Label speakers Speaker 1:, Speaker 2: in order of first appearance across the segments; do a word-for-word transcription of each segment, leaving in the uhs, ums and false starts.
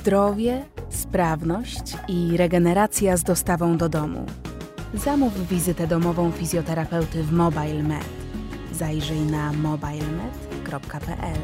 Speaker 1: Zdrowie, sprawność i regeneracja z dostawą do domu. Zamów wizytę domową fizjoterapeuty w MobileMed. Zajrzyj na mobilemed kropka p l.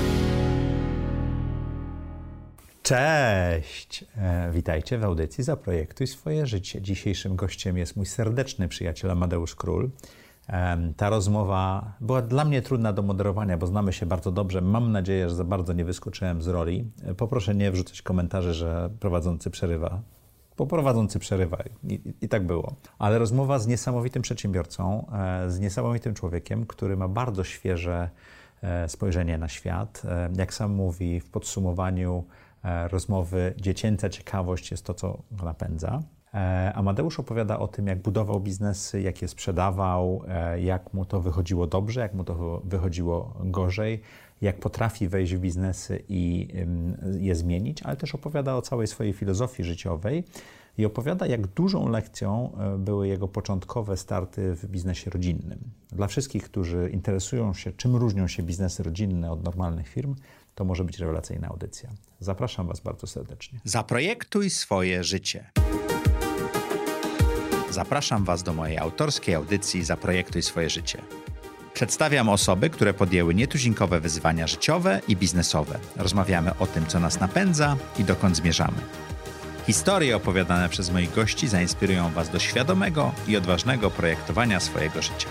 Speaker 2: Cześć! E, witajcie w audycji Zaprojektuj swoje życie. Dzisiejszym gościem jest mój serdeczny przyjaciel Amadeusz Król. E, ta rozmowa była dla mnie trudna do moderowania, bo znamy się bardzo dobrze. Mam nadzieję, że za bardzo nie wyskoczyłem z roli. E, poproszę nie wrzucać komentarzy, że prowadzący przerywa. Bo prowadzący przerywa I, i, i tak było. Ale rozmowa z niesamowitym przedsiębiorcą, e, z niesamowitym człowiekiem, który ma bardzo świeże e, spojrzenie na świat. E, jak sam mówi w podsumowaniu rozmowy, dziecięca ciekawość jest to, co go napędza. Amadeusz opowiada o tym, jak budował biznesy, jak je sprzedawał, jak mu to wychodziło dobrze, jak mu to wychodziło gorzej, jak potrafi wejść w biznesy i je zmienić, ale też opowiada o całej swojej filozofii życiowej i opowiada, jak dużą lekcją były jego początkowe starty w biznesie rodzinnym. Dla wszystkich, którzy interesują się, czym różnią się biznesy rodzinne od normalnych firm, to może być rewelacyjna audycja. Zapraszam Was bardzo serdecznie.
Speaker 3: Zaprojektuj swoje życie. Zapraszam Was do mojej autorskiej audycji Zaprojektuj swoje życie. Przedstawiam osoby, które podjęły nietuzinkowe wyzwania życiowe i biznesowe. Rozmawiamy o tym, co nas napędza i dokąd zmierzamy. Historie opowiadane przez moich gości zainspirują Was do świadomego i odważnego projektowania swojego życia.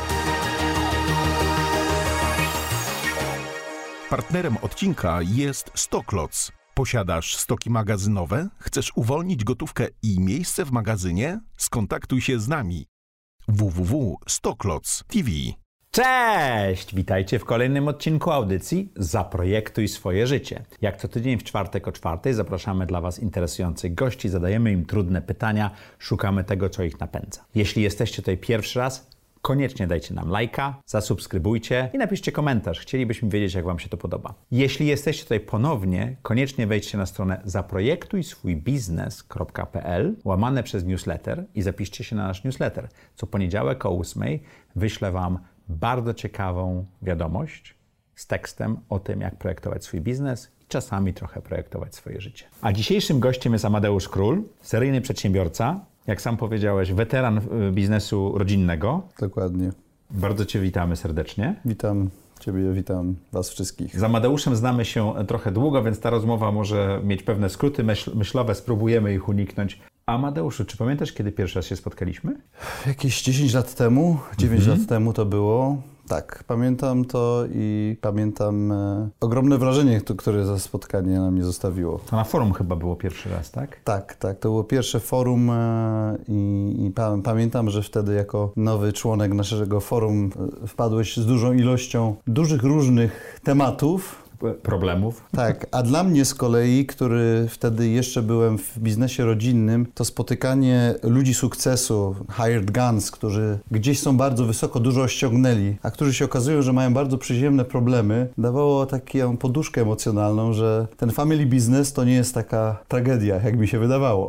Speaker 4: Partnerem odcinka jest Stocklots. Posiadasz stoki magazynowe? Chcesz uwolnić gotówkę i miejsce w magazynie? Skontaktuj się z nami. w w w kropka stocklots kropka t v.
Speaker 2: Cześć! Witajcie w kolejnym odcinku audycji Zaprojektuj swoje życie. Jak co tydzień w czwartek o czwartej zapraszamy dla Was interesujących gości, zadajemy im trudne pytania, szukamy tego, co ich napędza. Jeśli jesteście tutaj pierwszy raz, koniecznie dajcie nam lajka, zasubskrybujcie i napiszcie komentarz. Chcielibyśmy wiedzieć, jak Wam się to podoba. Jeśli jesteście tutaj ponownie, koniecznie wejdźcie na stronę zaprojektuj swój biznes kropka p l łamane przez newsletter i zapiszcie się na nasz newsletter. Co poniedziałek o ósmej wyślę Wam bardzo ciekawą wiadomość z tekstem o tym, jak projektować swój biznes i czasami trochę projektować swoje życie. A dzisiejszym gościem jest Amadeusz Król, seryjny przedsiębiorca, jak sam powiedziałeś, weteran biznesu rodzinnego.
Speaker 5: Dokładnie.
Speaker 2: Bardzo Cię witamy serdecznie.
Speaker 5: Witam Ciebie, witam Was wszystkich.
Speaker 2: Z Amadeuszem znamy się trochę długo, więc ta rozmowa może mieć pewne skróty myśl- myślowe, spróbujemy ich uniknąć. Amadeuszy, czy pamiętasz, kiedy pierwszy raz się spotkaliśmy?
Speaker 5: Jakieś dziesięć lat temu, dziewięć
Speaker 2: mhm.
Speaker 5: lat temu to było. Tak, pamiętam to i pamiętam e, ogromne wrażenie, to, które to spotkanie na mnie zostawiło.
Speaker 2: To na forum chyba było pierwszy raz, tak?
Speaker 5: Tak, tak. To było pierwsze forum e, i, i pa, pamiętam, że wtedy jako nowy członek naszego forum e, wpadłeś z dużą ilością dużych różnych tematów.
Speaker 2: Problemów.
Speaker 5: Tak, a dla mnie z kolei, który wtedy jeszcze byłem w biznesie rodzinnym, to spotykanie ludzi sukcesu, hired guns, którzy gdzieś są bardzo wysoko, dużo ściągnęli, a którzy się okazują, że mają bardzo przyziemne problemy, dawało taką poduszkę emocjonalną, że ten family business to nie jest taka tragedia, jak mi się wydawało.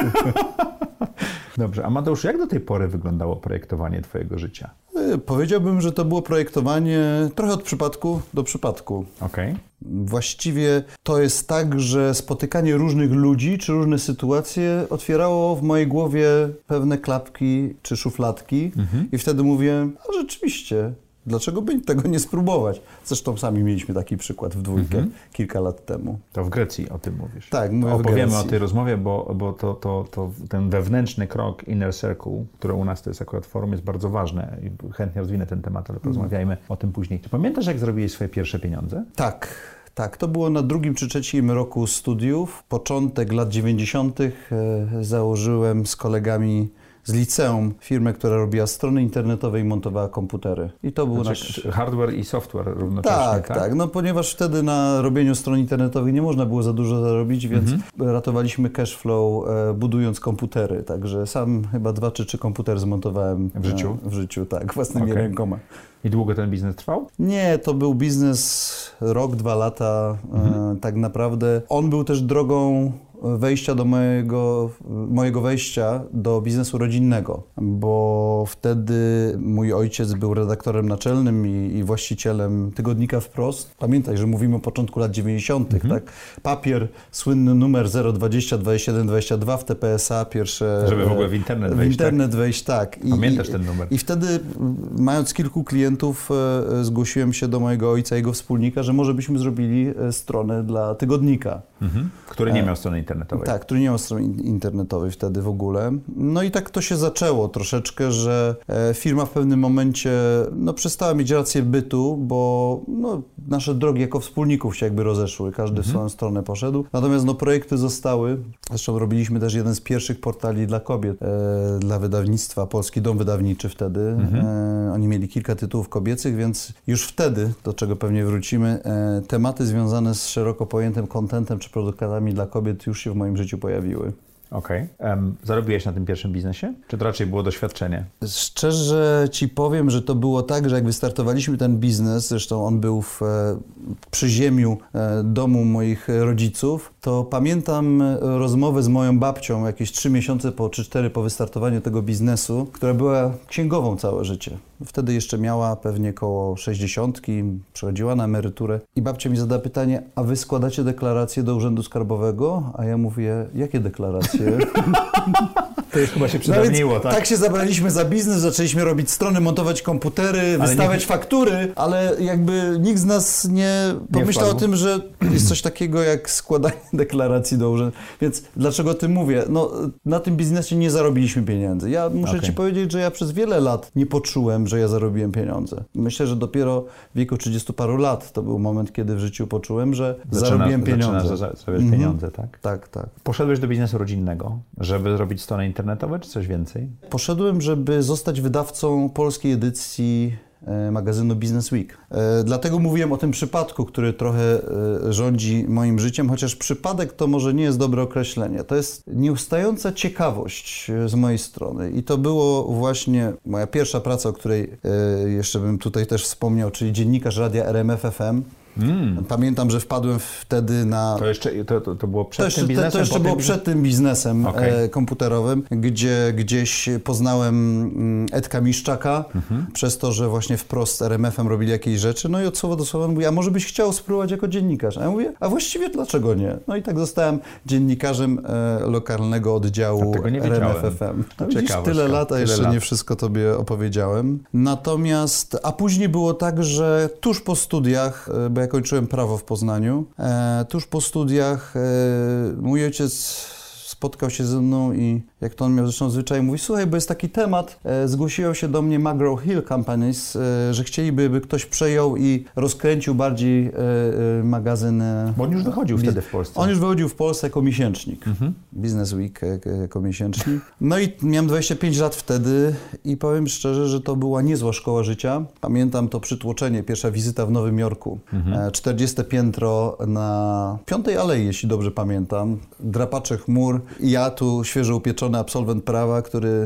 Speaker 2: Dobrze, Amadeusz, jak do tej pory wyglądało projektowanie Twojego życia?
Speaker 5: Powiedziałbym, że to było projektowanie trochę od przypadku do przypadku.
Speaker 2: Okej. Okay.
Speaker 5: Właściwie to jest tak, że spotykanie różnych ludzi czy różne sytuacje otwierało w mojej głowie pewne klapki czy szufladki mhm. i wtedy mówię, a rzeczywiście, dlaczego by tego nie spróbować? Zresztą sami mieliśmy taki przykład w dwójkę mhm. kilka lat temu.
Speaker 2: To w Grecji o tym mówisz.
Speaker 5: Tak, mówię
Speaker 2: Opowiemy
Speaker 5: w Grecji.
Speaker 2: o tej rozmowie, bo, bo to, to, to ten wewnętrzny krok, inner circle, który u nas to jest akurat forum, jest bardzo ważny i chętnie rozwinę ten temat, ale porozmawiajmy mhm. o tym później. Czy pamiętasz, jak zrobiłeś swoje pierwsze pieniądze?
Speaker 5: Tak. Tak, to było na drugim czy trzecim roku studiów. Początek lat dziewięćdziesiątych e, założyłem z kolegami z liceum firmę, która robiła strony internetowe i montowała komputery. I to był
Speaker 2: znaczy,
Speaker 5: nasz...
Speaker 2: hardware i software równocześnie,
Speaker 5: tak? Tak, tak. No ponieważ wtedy na robieniu stron internetowych nie można było za dużo zarobić, więc mhm. ratowaliśmy cash flow e, budując komputery. Także sam chyba dwa czy trzy komputery zmontowałem.
Speaker 2: W życiu?
Speaker 5: E, w życiu, tak, własnymi
Speaker 2: okay. rękoma.
Speaker 5: I
Speaker 2: długo ten biznes trwał?
Speaker 5: Nie, to był biznes rok, dwa lata mhm. e, tak naprawdę. On był też drogą wejścia do mojego, mojego wejścia do biznesu rodzinnego, bo wtedy mój ojciec był redaktorem naczelnym i, i właścicielem tygodnika Wprost. Pamiętaj, że mówimy o początku lat dziewięćdziesiątych, mhm. tak? Papier, słynny numer zero dwadzieścia dwadzieścia jeden dwadzieścia dwa w T P S A, pierwsze...
Speaker 2: Żeby w ogóle w internet wejść,
Speaker 5: W internet
Speaker 2: tak?
Speaker 5: wejść, tak. I,
Speaker 2: Pamiętasz
Speaker 5: i,
Speaker 2: ten numer?
Speaker 5: I wtedy, mając kilku klientów, zgłosiłem się do mojego ojca i jego wspólnika, że może byśmy zrobili stronę dla tygodnika.
Speaker 2: Mhm. Który nie miał strony internetowej.
Speaker 5: Tak, który nie miał strony internetowej wtedy w ogóle. No i tak to się zaczęło troszeczkę, że firma w pewnym momencie no, przestała mieć rację bytu, bo no, nasze drogi jako wspólników się jakby rozeszły, każdy mhm. w swoją stronę poszedł. Natomiast no, projekty zostały. Zresztą robiliśmy też jeden z pierwszych portali dla kobiet, e, dla wydawnictwa, Polski Dom Wydawniczy wtedy. Mhm. E, oni mieli kilka tytułów kobiecych, więc już wtedy, do czego pewnie wrócimy, e, tematy związane z szeroko pojętym contentem czy produktami dla kobiet już się w moim życiu pojawiły.
Speaker 2: Okej. Okay. Um, zarobiłeś na tym pierwszym biznesie? Czy to raczej było doświadczenie?
Speaker 5: Szczerze ci powiem, że to było tak, że jak wystartowaliśmy ten biznes, zresztą on był w e, przyziemiu e, domu moich rodziców, to pamiętam rozmowę z moją babcią jakieś trzy miesiące po, czy cztery po wystartowaniu tego biznesu, która była księgową całe życie. Wtedy jeszcze miała pewnie koło sześćdziesiątki, przechodziła na emeryturę i babcia mi zadała pytanie, a wy składacie deklarację do Urzędu Skarbowego? A ja mówię, jakie deklaracje?
Speaker 2: To już chyba się przedawniło,
Speaker 5: no
Speaker 2: tak?
Speaker 5: Tak się zabraliśmy za biznes, zaczęliśmy robić strony, montować komputery, ale wystawiać nie... faktury, ale jakby nikt z nas nie pomyślał nie o tym, że jest coś takiego jak składanie deklaracji do urzędu. Więc dlaczego o tym mówię? No, na tym biznesie nie zarobiliśmy pieniędzy. Ja muszę okay. ci powiedzieć, że ja przez wiele lat nie poczułem, że ja zarobiłem pieniądze. Myślę, że dopiero w wieku trzydziestu paru lat to był moment, kiedy w życiu poczułem, że
Speaker 2: zaczynasz,
Speaker 5: zarobiłem pieniądze.
Speaker 2: Zaczynasz zarabiać mhm. pieniądze, tak?
Speaker 5: Tak, tak.
Speaker 2: Poszedłeś do biznesu rodzinnego, żeby zrobić stronę internetową, czy coś więcej?
Speaker 5: Poszedłem, żeby zostać wydawcą polskiej edycji magazynu Business Week. Dlatego mówiłem o tym przypadku, który trochę rządzi moim życiem, chociaż przypadek to może nie jest dobre określenie. To jest nieustająca ciekawość z mojej strony i to było właśnie moja pierwsza praca, o której jeszcze bym tutaj też wspomniał, czyli dziennikarz radia R M F F M. Mm. Pamiętam, że wpadłem wtedy na...
Speaker 2: To jeszcze to, to, to było przed
Speaker 5: to jeszcze,
Speaker 2: tym biznesem?
Speaker 5: To jeszcze było
Speaker 2: tym...
Speaker 5: przed tym biznesem
Speaker 2: okay.
Speaker 5: e, komputerowym, gdzie gdzieś poznałem Edka Miszczaka mm-hmm. przez to, że właśnie wprost z R M F-em robili jakieś rzeczy. No i od słowa do słowa mówi, a może byś chciał spróbować jako dziennikarz? A ja mówię, a właściwie dlaczego nie? No i tak zostałem dziennikarzem e, lokalnego oddziału R M F F M. No, widzisz, tyle lat, a jeszcze lat. nie wszystko tobie opowiedziałem. Natomiast, a później było tak, że tuż po studiach, bo ja kończyłem prawo w Poznaniu. E, tuż po studiach e, mój ojciec spotkał się ze mną i jak to on miał zresztą zwyczaj, mówi, słuchaj, bo jest taki temat, e, zgłosiło się do mnie McGraw-Hill Companies, e, że chcieliby, by ktoś przejął i rozkręcił bardziej e, e, magazyn... E,
Speaker 2: bo on już wychodził wtedy w Polsce.
Speaker 5: On już wychodził w Polsce jako miesięcznik. Mhm. Business Week e, jako miesięcznik. No i miałem dwadzieścia pięć lat wtedy i powiem szczerze, że to była niezła szkoła życia. Pamiętam to przytłoczenie, pierwsza wizyta w Nowym Jorku. Mhm. E, czterdzieste piętro na Piątej Alei, jeśli dobrze pamiętam. Drapacze chmur. I ja tu świeżo upieczony absolwent prawa, który...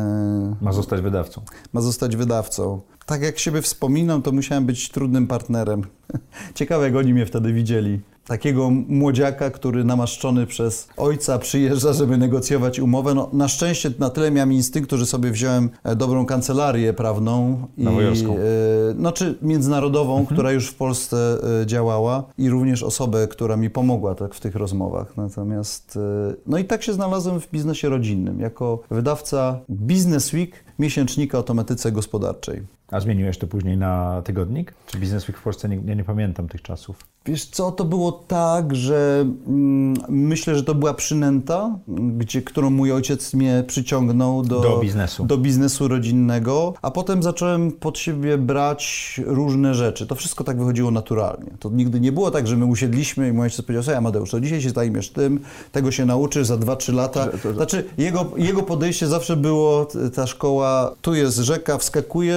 Speaker 2: E, ma zostać wydawcą.
Speaker 5: Ma zostać wydawcą. Tak jak siebie wspominam, to musiałem być trudnym partnerem. Ciekawe, jak oni mnie wtedy widzieli. Takiego młodziaka, który namaszczony przez ojca przyjeżdża, żeby negocjować umowę. No, na szczęście na tyle miałem instynktu, że sobie wziąłem dobrą kancelarię prawną.
Speaker 2: Nowojorską.
Speaker 5: I, e, no, czy międzynarodową, mhm. która już w Polsce e, działała i również osobę, która mi pomogła tak, w tych rozmowach. Natomiast, e, no i tak się znalazłem w biznesie rodzinnym, jako wydawca Business Week, miesięcznika o tematyce gospodarczej.
Speaker 2: A zmieniłeś to później na tygodnik? Czy Business Week w Polsce? Nie, ja nie pamiętam tych czasów.
Speaker 5: Wiesz co, to było tak, że mm, myślę, że to była przynęta, gdzie, którą mój ojciec mnie przyciągnął do,
Speaker 2: do biznesu.
Speaker 5: do biznesu rodzinnego, a potem zacząłem pod siebie brać różne rzeczy. To wszystko tak wychodziło naturalnie. To nigdy nie było tak, że my usiedliśmy i mój ojciec powiedział, słuchaj Amadeusz, to dzisiaj się zajmiesz tym, tego się nauczysz za dwa trzy lata. To, to... Znaczy, jego, jego podejście zawsze było, ta szkoła, tu jest rzeka, wskakujesz, no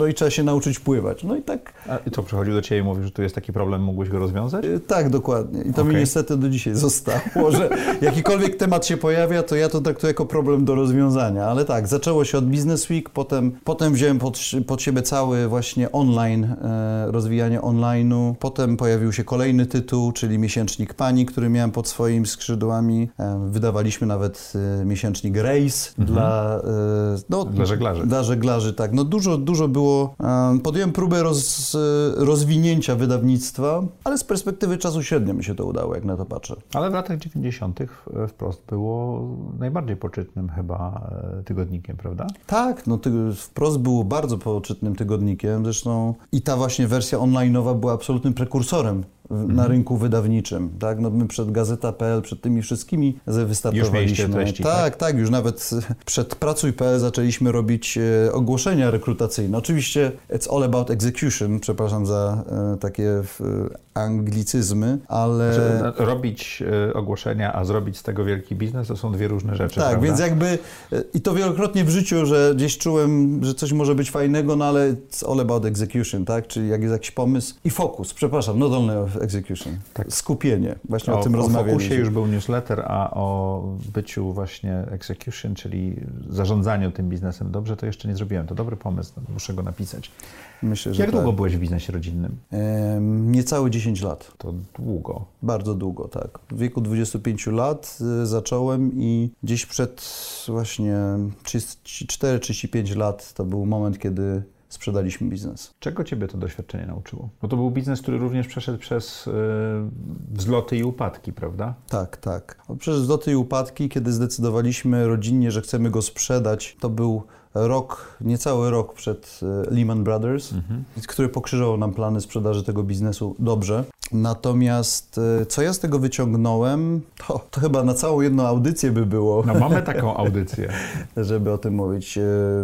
Speaker 5: i trzeba się nauczyć pływać. No i tak...
Speaker 2: A i co, przychodził do ciebie i mówił, że tu jest taki problem, mógłbyś go rozwiązać?
Speaker 5: Tak, dokładnie. I to
Speaker 2: okay.
Speaker 5: mi niestety do dzisiaj zostało, że jakikolwiek temat się pojawia, to ja to traktuję jako problem do rozwiązania. Ale tak, zaczęło się od Business Week, potem, potem wziąłem pod, pod siebie cały właśnie online, e, rozwijanie online'u. Potem pojawił się kolejny tytuł, czyli miesięcznik Pani, który miałem pod swoimi skrzydłami. E, wydawaliśmy nawet e, miesięcznik Race mhm. dla, e, no,
Speaker 2: dla żeglarzy.
Speaker 5: Dla żeglarzy, tak. No dużo, dużo było. E, podjąłem próbę roz, rozwinięcia wydawnictwa, ale z perspektywy czasu średnio mi się to udało, jak na to patrzę.
Speaker 2: Ale w latach dziewięćdziesiątych Wprost było najbardziej poczytnym chyba tygodnikiem, prawda?
Speaker 5: Tak, no Wprost było bardzo poczytnym tygodnikiem, zresztą i ta właśnie wersja online'owa była absolutnym prekursorem na mhm. rynku wydawniczym, tak? No my przed Gazeta kropka pe el, przed tymi wszystkimi wystartowaliśmy.
Speaker 2: Już mieliście treści,
Speaker 5: tak,
Speaker 2: tak,
Speaker 5: tak, już nawet przed Pracuj kropka pe el zaczęliśmy robić e, ogłoszenia rekrutacyjne. Oczywiście it's all about execution, przepraszam za e, takie e, anglicyzmy, ale...
Speaker 2: Znaczy, robić e, ogłoszenia, a zrobić z tego wielki biznes, to są dwie różne rzeczy,
Speaker 5: Tak,
Speaker 2: prawda?
Speaker 5: więc jakby e, i to wielokrotnie w życiu, że gdzieś czułem, że coś może być fajnego, no ale it's all about execution, tak? Czyli jak jest jakiś pomysł i fokus, przepraszam, not only of execution, tak. skupienie, właśnie o, o tym rozmawialiśmy.
Speaker 2: O fokusie już był newsletter, a o byciu właśnie execution, czyli zarządzaniu tym biznesem dobrze, to jeszcze nie zrobiłem. To dobry pomysł, muszę go napisać.
Speaker 5: Myślę, że
Speaker 2: Jak
Speaker 5: tak.
Speaker 2: długo byłeś w biznesie rodzinnym?
Speaker 5: E, niecałe dziesięć lat.
Speaker 2: To długo.
Speaker 5: Bardzo długo, tak. W wieku dwudziestu pięciu lat y, zacząłem i gdzieś przed właśnie trzydzieści cztery trzydzieści pięć lat to był moment, kiedy sprzedaliśmy biznes.
Speaker 2: Czego ciebie to doświadczenie nauczyło? Bo to był biznes, który również przeszedł przez yy, wzloty i upadki, prawda?
Speaker 5: Tak, tak. Przez wzloty i upadki, kiedy zdecydowaliśmy rodzinnie, że chcemy go sprzedać, to był rok, niecały rok przed Lehman Brothers, mhm. który pokrzyżował nam plany sprzedaży tego biznesu dobrze. Natomiast co ja z tego wyciągnąłem, to, to chyba na całą jedną audycję by było.
Speaker 2: No mamy taką audycję.
Speaker 5: Żeby o tym mówić.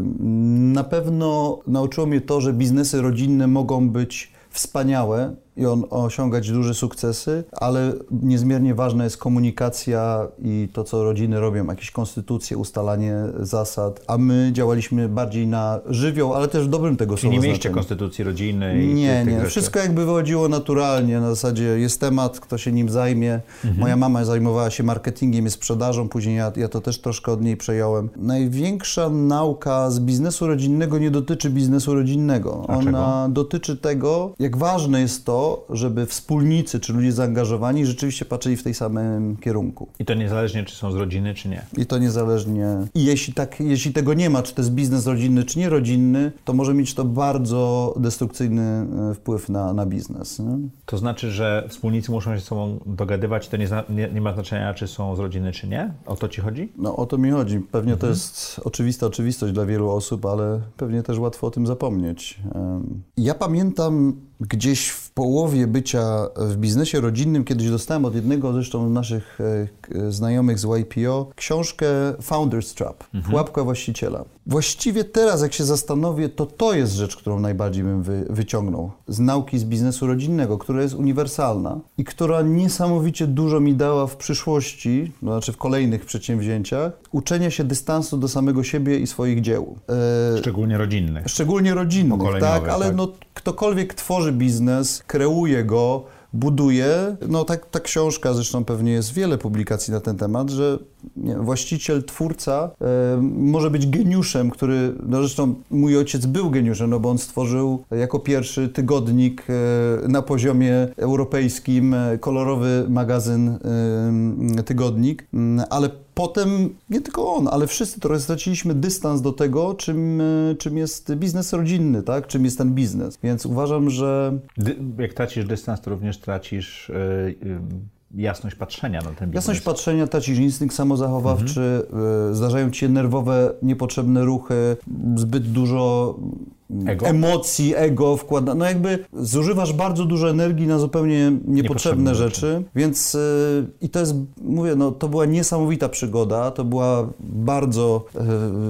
Speaker 5: Na pewno nauczyło mnie to, że biznesy rodzinne mogą być wspaniałe i on osiągać duże sukcesy, ale niezmiernie ważna jest komunikacja i to, co rodziny robią, jakieś konstytucje, ustalanie zasad, a my działaliśmy bardziej na żywioł, ale też w dobrym tego słowa
Speaker 2: nie mieliście
Speaker 5: znaczeniu.
Speaker 2: konstytucji rodzinnej?
Speaker 5: Nie,
Speaker 2: tych, tych
Speaker 5: nie.
Speaker 2: rzeczy.
Speaker 5: Wszystko jakby wychodziło naturalnie, na zasadzie jest temat, kto się nim zajmie. Mhm. Moja mama zajmowała się marketingiem i sprzedażą, później ja, ja to też troszkę od niej przejąłem. Największa nauka z biznesu rodzinnego nie dotyczy biznesu rodzinnego.
Speaker 2: A
Speaker 5: Ona
Speaker 2: czego?
Speaker 5: dotyczy tego, jak ważne jest to, żeby wspólnicy czy ludzie zaangażowani rzeczywiście patrzyli w tej samym kierunku.
Speaker 2: I to niezależnie, czy są z rodziny, czy nie.
Speaker 5: I to niezależnie. I jeśli, tak, jeśli tego nie ma, czy to jest biznes rodzinny, czy nierodzinny, to może mieć to bardzo destrukcyjny wpływ na, na biznes. Nie?
Speaker 2: To znaczy, że wspólnicy muszą się ze sobą dogadywać i to nie, zna, nie, nie ma znaczenia, czy są z rodziny, czy nie? O to ci chodzi?
Speaker 5: No o to mi chodzi. Pewnie mhm. to jest oczywista oczywistość dla wielu osób, ale pewnie też łatwo o tym zapomnieć. Ja pamiętam gdzieś w połowie bycia w biznesie rodzinnym, kiedyś dostałem od jednego zresztą z naszych e, znajomych z Y P O książkę Founder's Trap, mhm. Pułapka właściciela. Właściwie teraz, jak się zastanowię, to to jest rzecz, którą najbardziej bym wy, wyciągnął z nauki z biznesu rodzinnego, która jest uniwersalna i która niesamowicie dużo mi dała w przyszłości, to znaczy w kolejnych przedsięwzięciach, uczenia się dystansu do samego siebie i swoich dzieł.
Speaker 2: E, szczególnie rodzinnych.
Speaker 5: Szczególnie rodzinnych, tak, ale tak? No, ktokolwiek tworzy biznes, kreuje go, buduje, no tak, ta książka, zresztą pewnie jest wiele publikacji na ten temat, że nie, właściciel, twórca e, może być geniuszem, który, no zresztą mój ojciec był geniuszem, no bo on stworzył jako pierwszy tygodnik e, na poziomie europejskim, e, kolorowy magazyn, e, tygodnik, e, ale potem, nie tylko on, ale wszyscy trochę straciliśmy dystans do tego, czym, czym jest biznes rodzinny, tak? Czym jest ten biznes. Więc uważam, że...
Speaker 2: Dy, jak tracisz dystans, to również tracisz yy, yy, jasność patrzenia na ten biznes.
Speaker 5: Jasność patrzenia, tracisz instynkt samozachowawczy, mhm. yy, zdarzają ci się nerwowe, niepotrzebne ruchy, zbyt dużo...
Speaker 2: Ego?
Speaker 5: Emocji, ego wkłada, no jakby zużywasz bardzo dużo energii na zupełnie niepotrzebne, niepotrzebne rzeczy, rzeczy, więc yy, i to jest, mówię, no to była niesamowita przygoda, to była bardzo yy,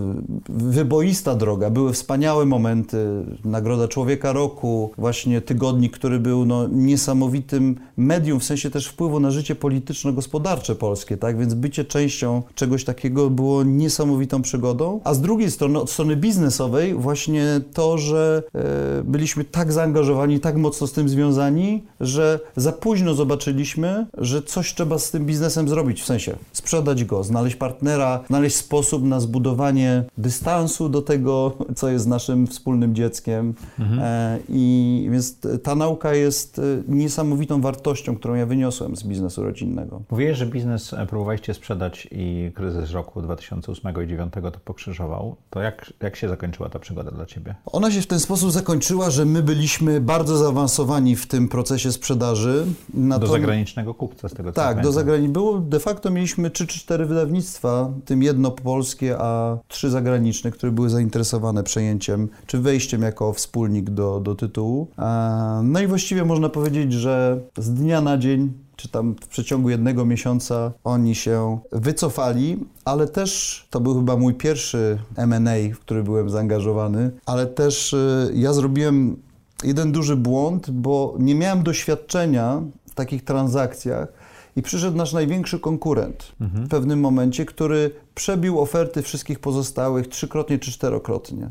Speaker 5: wyboista droga, były wspaniałe momenty, Nagroda Człowieka Roku, właśnie tygodnik, który był no, niesamowitym medium, w sensie też wpływu na życie polityczno-gospodarcze polskie, tak, więc bycie częścią czegoś takiego było niesamowitą przygodą, a z drugiej strony, od strony biznesowej właśnie to to, że e, byliśmy tak zaangażowani, tak mocno z tym związani, że za późno zobaczyliśmy, że coś trzeba z tym biznesem zrobić, w sensie sprzedać go, znaleźć partnera, znaleźć sposób na zbudowanie dystansu do tego, co jest naszym wspólnym dzieckiem. Mhm. E, I więc ta nauka jest niesamowitą wartością, którą ja wyniosłem z biznesu rodzinnego.
Speaker 2: Mówiłeś, że biznes próbowaliście sprzedać i kryzys roku dwa tysiące ósmego i dwa tysiące dziewiątego to pokrzyżował. To jak, jak się zakończyła ta przygoda dla Ciebie?
Speaker 5: Ona się w ten sposób zakończyła, że my byliśmy bardzo zaawansowani w tym procesie sprzedaży.
Speaker 2: Do to... zagranicznego kupca z tego co
Speaker 5: Tak, do zagranicznego. Było, de facto mieliśmy trzy czy cztery wydawnictwa, w tym jedno polskie, a trzy zagraniczne, które były zainteresowane przejęciem, czy wejściem jako wspólnik do, do tytułu. No i właściwie można powiedzieć, że z dnia na dzień, czy tam w przeciągu jednego miesiąca oni się wycofali, ale też to był chyba mój pierwszy M and A, w który byłem zaangażowany, ale też ja zrobiłem jeden duży błąd, bo nie miałem doświadczenia w takich transakcjach i przyszedł nasz największy konkurent mhm. w pewnym momencie, który przebił oferty wszystkich pozostałych trzykrotnie czy czterokrotnie.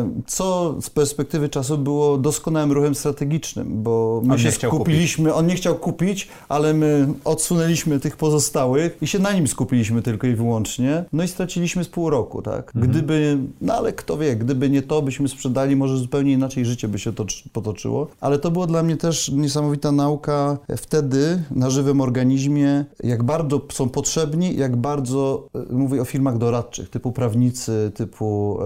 Speaker 5: Co z perspektywy czasu było doskonałym ruchem strategicznym, bo my
Speaker 2: on
Speaker 5: się skupiliśmy, on nie chciał kupić, ale my odsunęliśmy tych pozostałych i się na nim skupiliśmy tylko i wyłącznie. No i straciliśmy z pół roku, tak? Mhm. Gdyby, no ale kto wie, gdyby nie to, byśmy sprzedali, może zupełnie inaczej życie by się to potoczyło. Ale to było dla mnie też niesamowita nauka wtedy na żywym organizmie, jak bardzo są potrzebni, jak bardzo, mówię o firmach doradczych, typu prawnicy, typu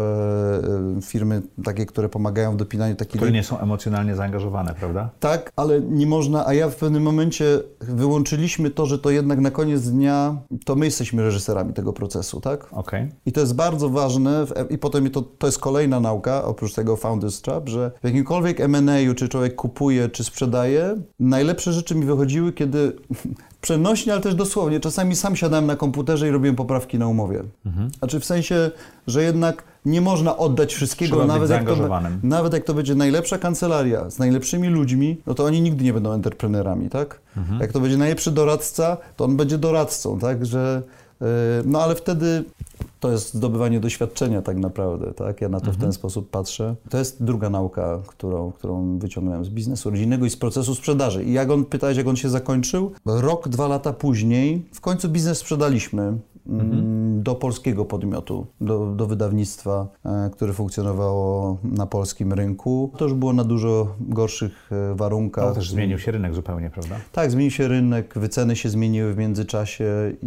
Speaker 5: e, firmy takie, które pomagają w dopinaniu takich...
Speaker 2: Które nie są emocjonalnie zaangażowane, prawda?
Speaker 5: Tak, ale nie można, a ja w pewnym momencie wyłączyliśmy to, że to jednak na koniec dnia to my jesteśmy reżyserami tego procesu, tak?
Speaker 2: Okej. Okay.
Speaker 5: I to jest bardzo ważne w, i potem to, to jest kolejna nauka, oprócz tego Founders Trap, że w jakimkolwiek M and A, czy człowiek kupuje, czy sprzedaje, najlepsze rzeczy mi wychodziły, kiedy przenośnie, ale też dosłownie. Czasami sam siadałem na komputerze i robiłem poprawki na umowie. Mhm. Znaczy w sensie, że jednak nie można oddać wszystkiego, nawet jak, to, nawet jak to będzie najlepsza kancelaria z najlepszymi ludźmi, no to oni nigdy nie będą entrepreneurami, tak? Mhm. Jak to będzie najlepszy doradca, to on będzie doradcą, tak? Że, yy, no ale wtedy to jest zdobywanie doświadczenia tak naprawdę, tak? Ja na to mhm. w ten sposób patrzę. To jest druga nauka, którą, którą wyciągnąłem z biznesu rodzinnego i z procesu sprzedaży. I jak on, pytałeś, jak on się zakończył? Rok, dwa lata później w końcu biznes sprzedaliśmy. Mhm. do polskiego podmiotu, do, do wydawnictwa, e, które funkcjonowało na polskim rynku. To już było na dużo gorszych e, warunkach.
Speaker 2: No, też zmienił się rynek zupełnie, prawda?
Speaker 5: Tak, zmienił się rynek, wyceny się zmieniły w międzyczasie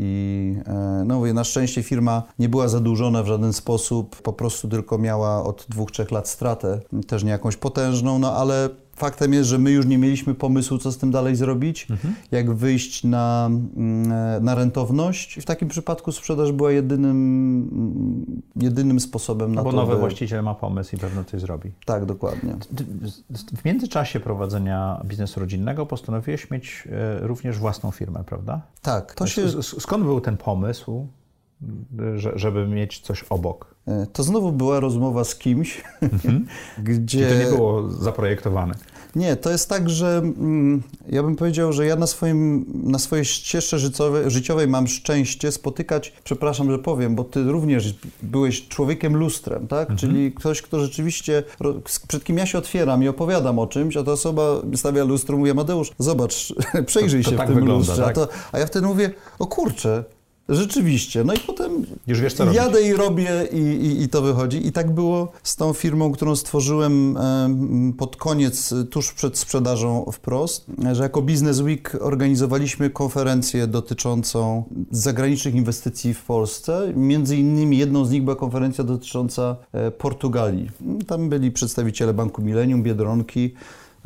Speaker 5: i e, no mówię, na szczęście firma nie była zadłużona w żaden sposób, po prostu tylko miała od dwóch, trzech lat stratę, też nie jakąś potężną, no ale faktem jest, że my już nie mieliśmy pomysłu, co z tym dalej zrobić, mhm. jak wyjść na, na rentowność. I w takim przypadku sprzedaż była jedynym, jedynym sposobem na
Speaker 2: Bo
Speaker 5: to,
Speaker 2: Bo nowy
Speaker 5: by...
Speaker 2: właściciel ma pomysł i pewno coś zrobi.
Speaker 5: Tak, dokładnie.
Speaker 2: W międzyczasie prowadzenia biznesu rodzinnego postanowiłeś mieć również własną firmę, prawda?
Speaker 5: Tak. To się...
Speaker 2: Skąd był ten pomysł, żeby mieć coś obok?
Speaker 5: To znowu była rozmowa z kimś, mhm. gdzie...
Speaker 2: Czy to nie było zaprojektowane?
Speaker 5: Nie, to jest tak, że mm, ja bym powiedział, że ja na, swoim, na swojej ścieżce życiowej, życiowej mam szczęście spotykać, przepraszam, że powiem, bo ty również byłeś człowiekiem lustrem, tak? Mhm. Czyli ktoś, kto rzeczywiście, przed kim ja się otwieram i opowiadam o czymś, a ta osoba stawia lustro, mówi, Amadeusz, zobacz, przejrzyj
Speaker 2: to, to
Speaker 5: się
Speaker 2: tak
Speaker 5: w tym
Speaker 2: wygląda,
Speaker 5: lustrze.
Speaker 2: tak?
Speaker 5: A, to, a ja wtedy mówię, o kurczę, rzeczywiście. No i potem
Speaker 2: Już wiesz, co
Speaker 5: jadę
Speaker 2: robić.
Speaker 5: i robię i, i, i to wychodzi. I tak było z tą firmą, którą stworzyłem pod koniec, tuż przed sprzedażą wprost, że jako Business Week organizowaliśmy konferencję dotyczącą zagranicznych inwestycji w Polsce. Między innymi jedną z nich była konferencja dotycząca Portugalii. Tam byli przedstawiciele Banku Millennium, Biedronki.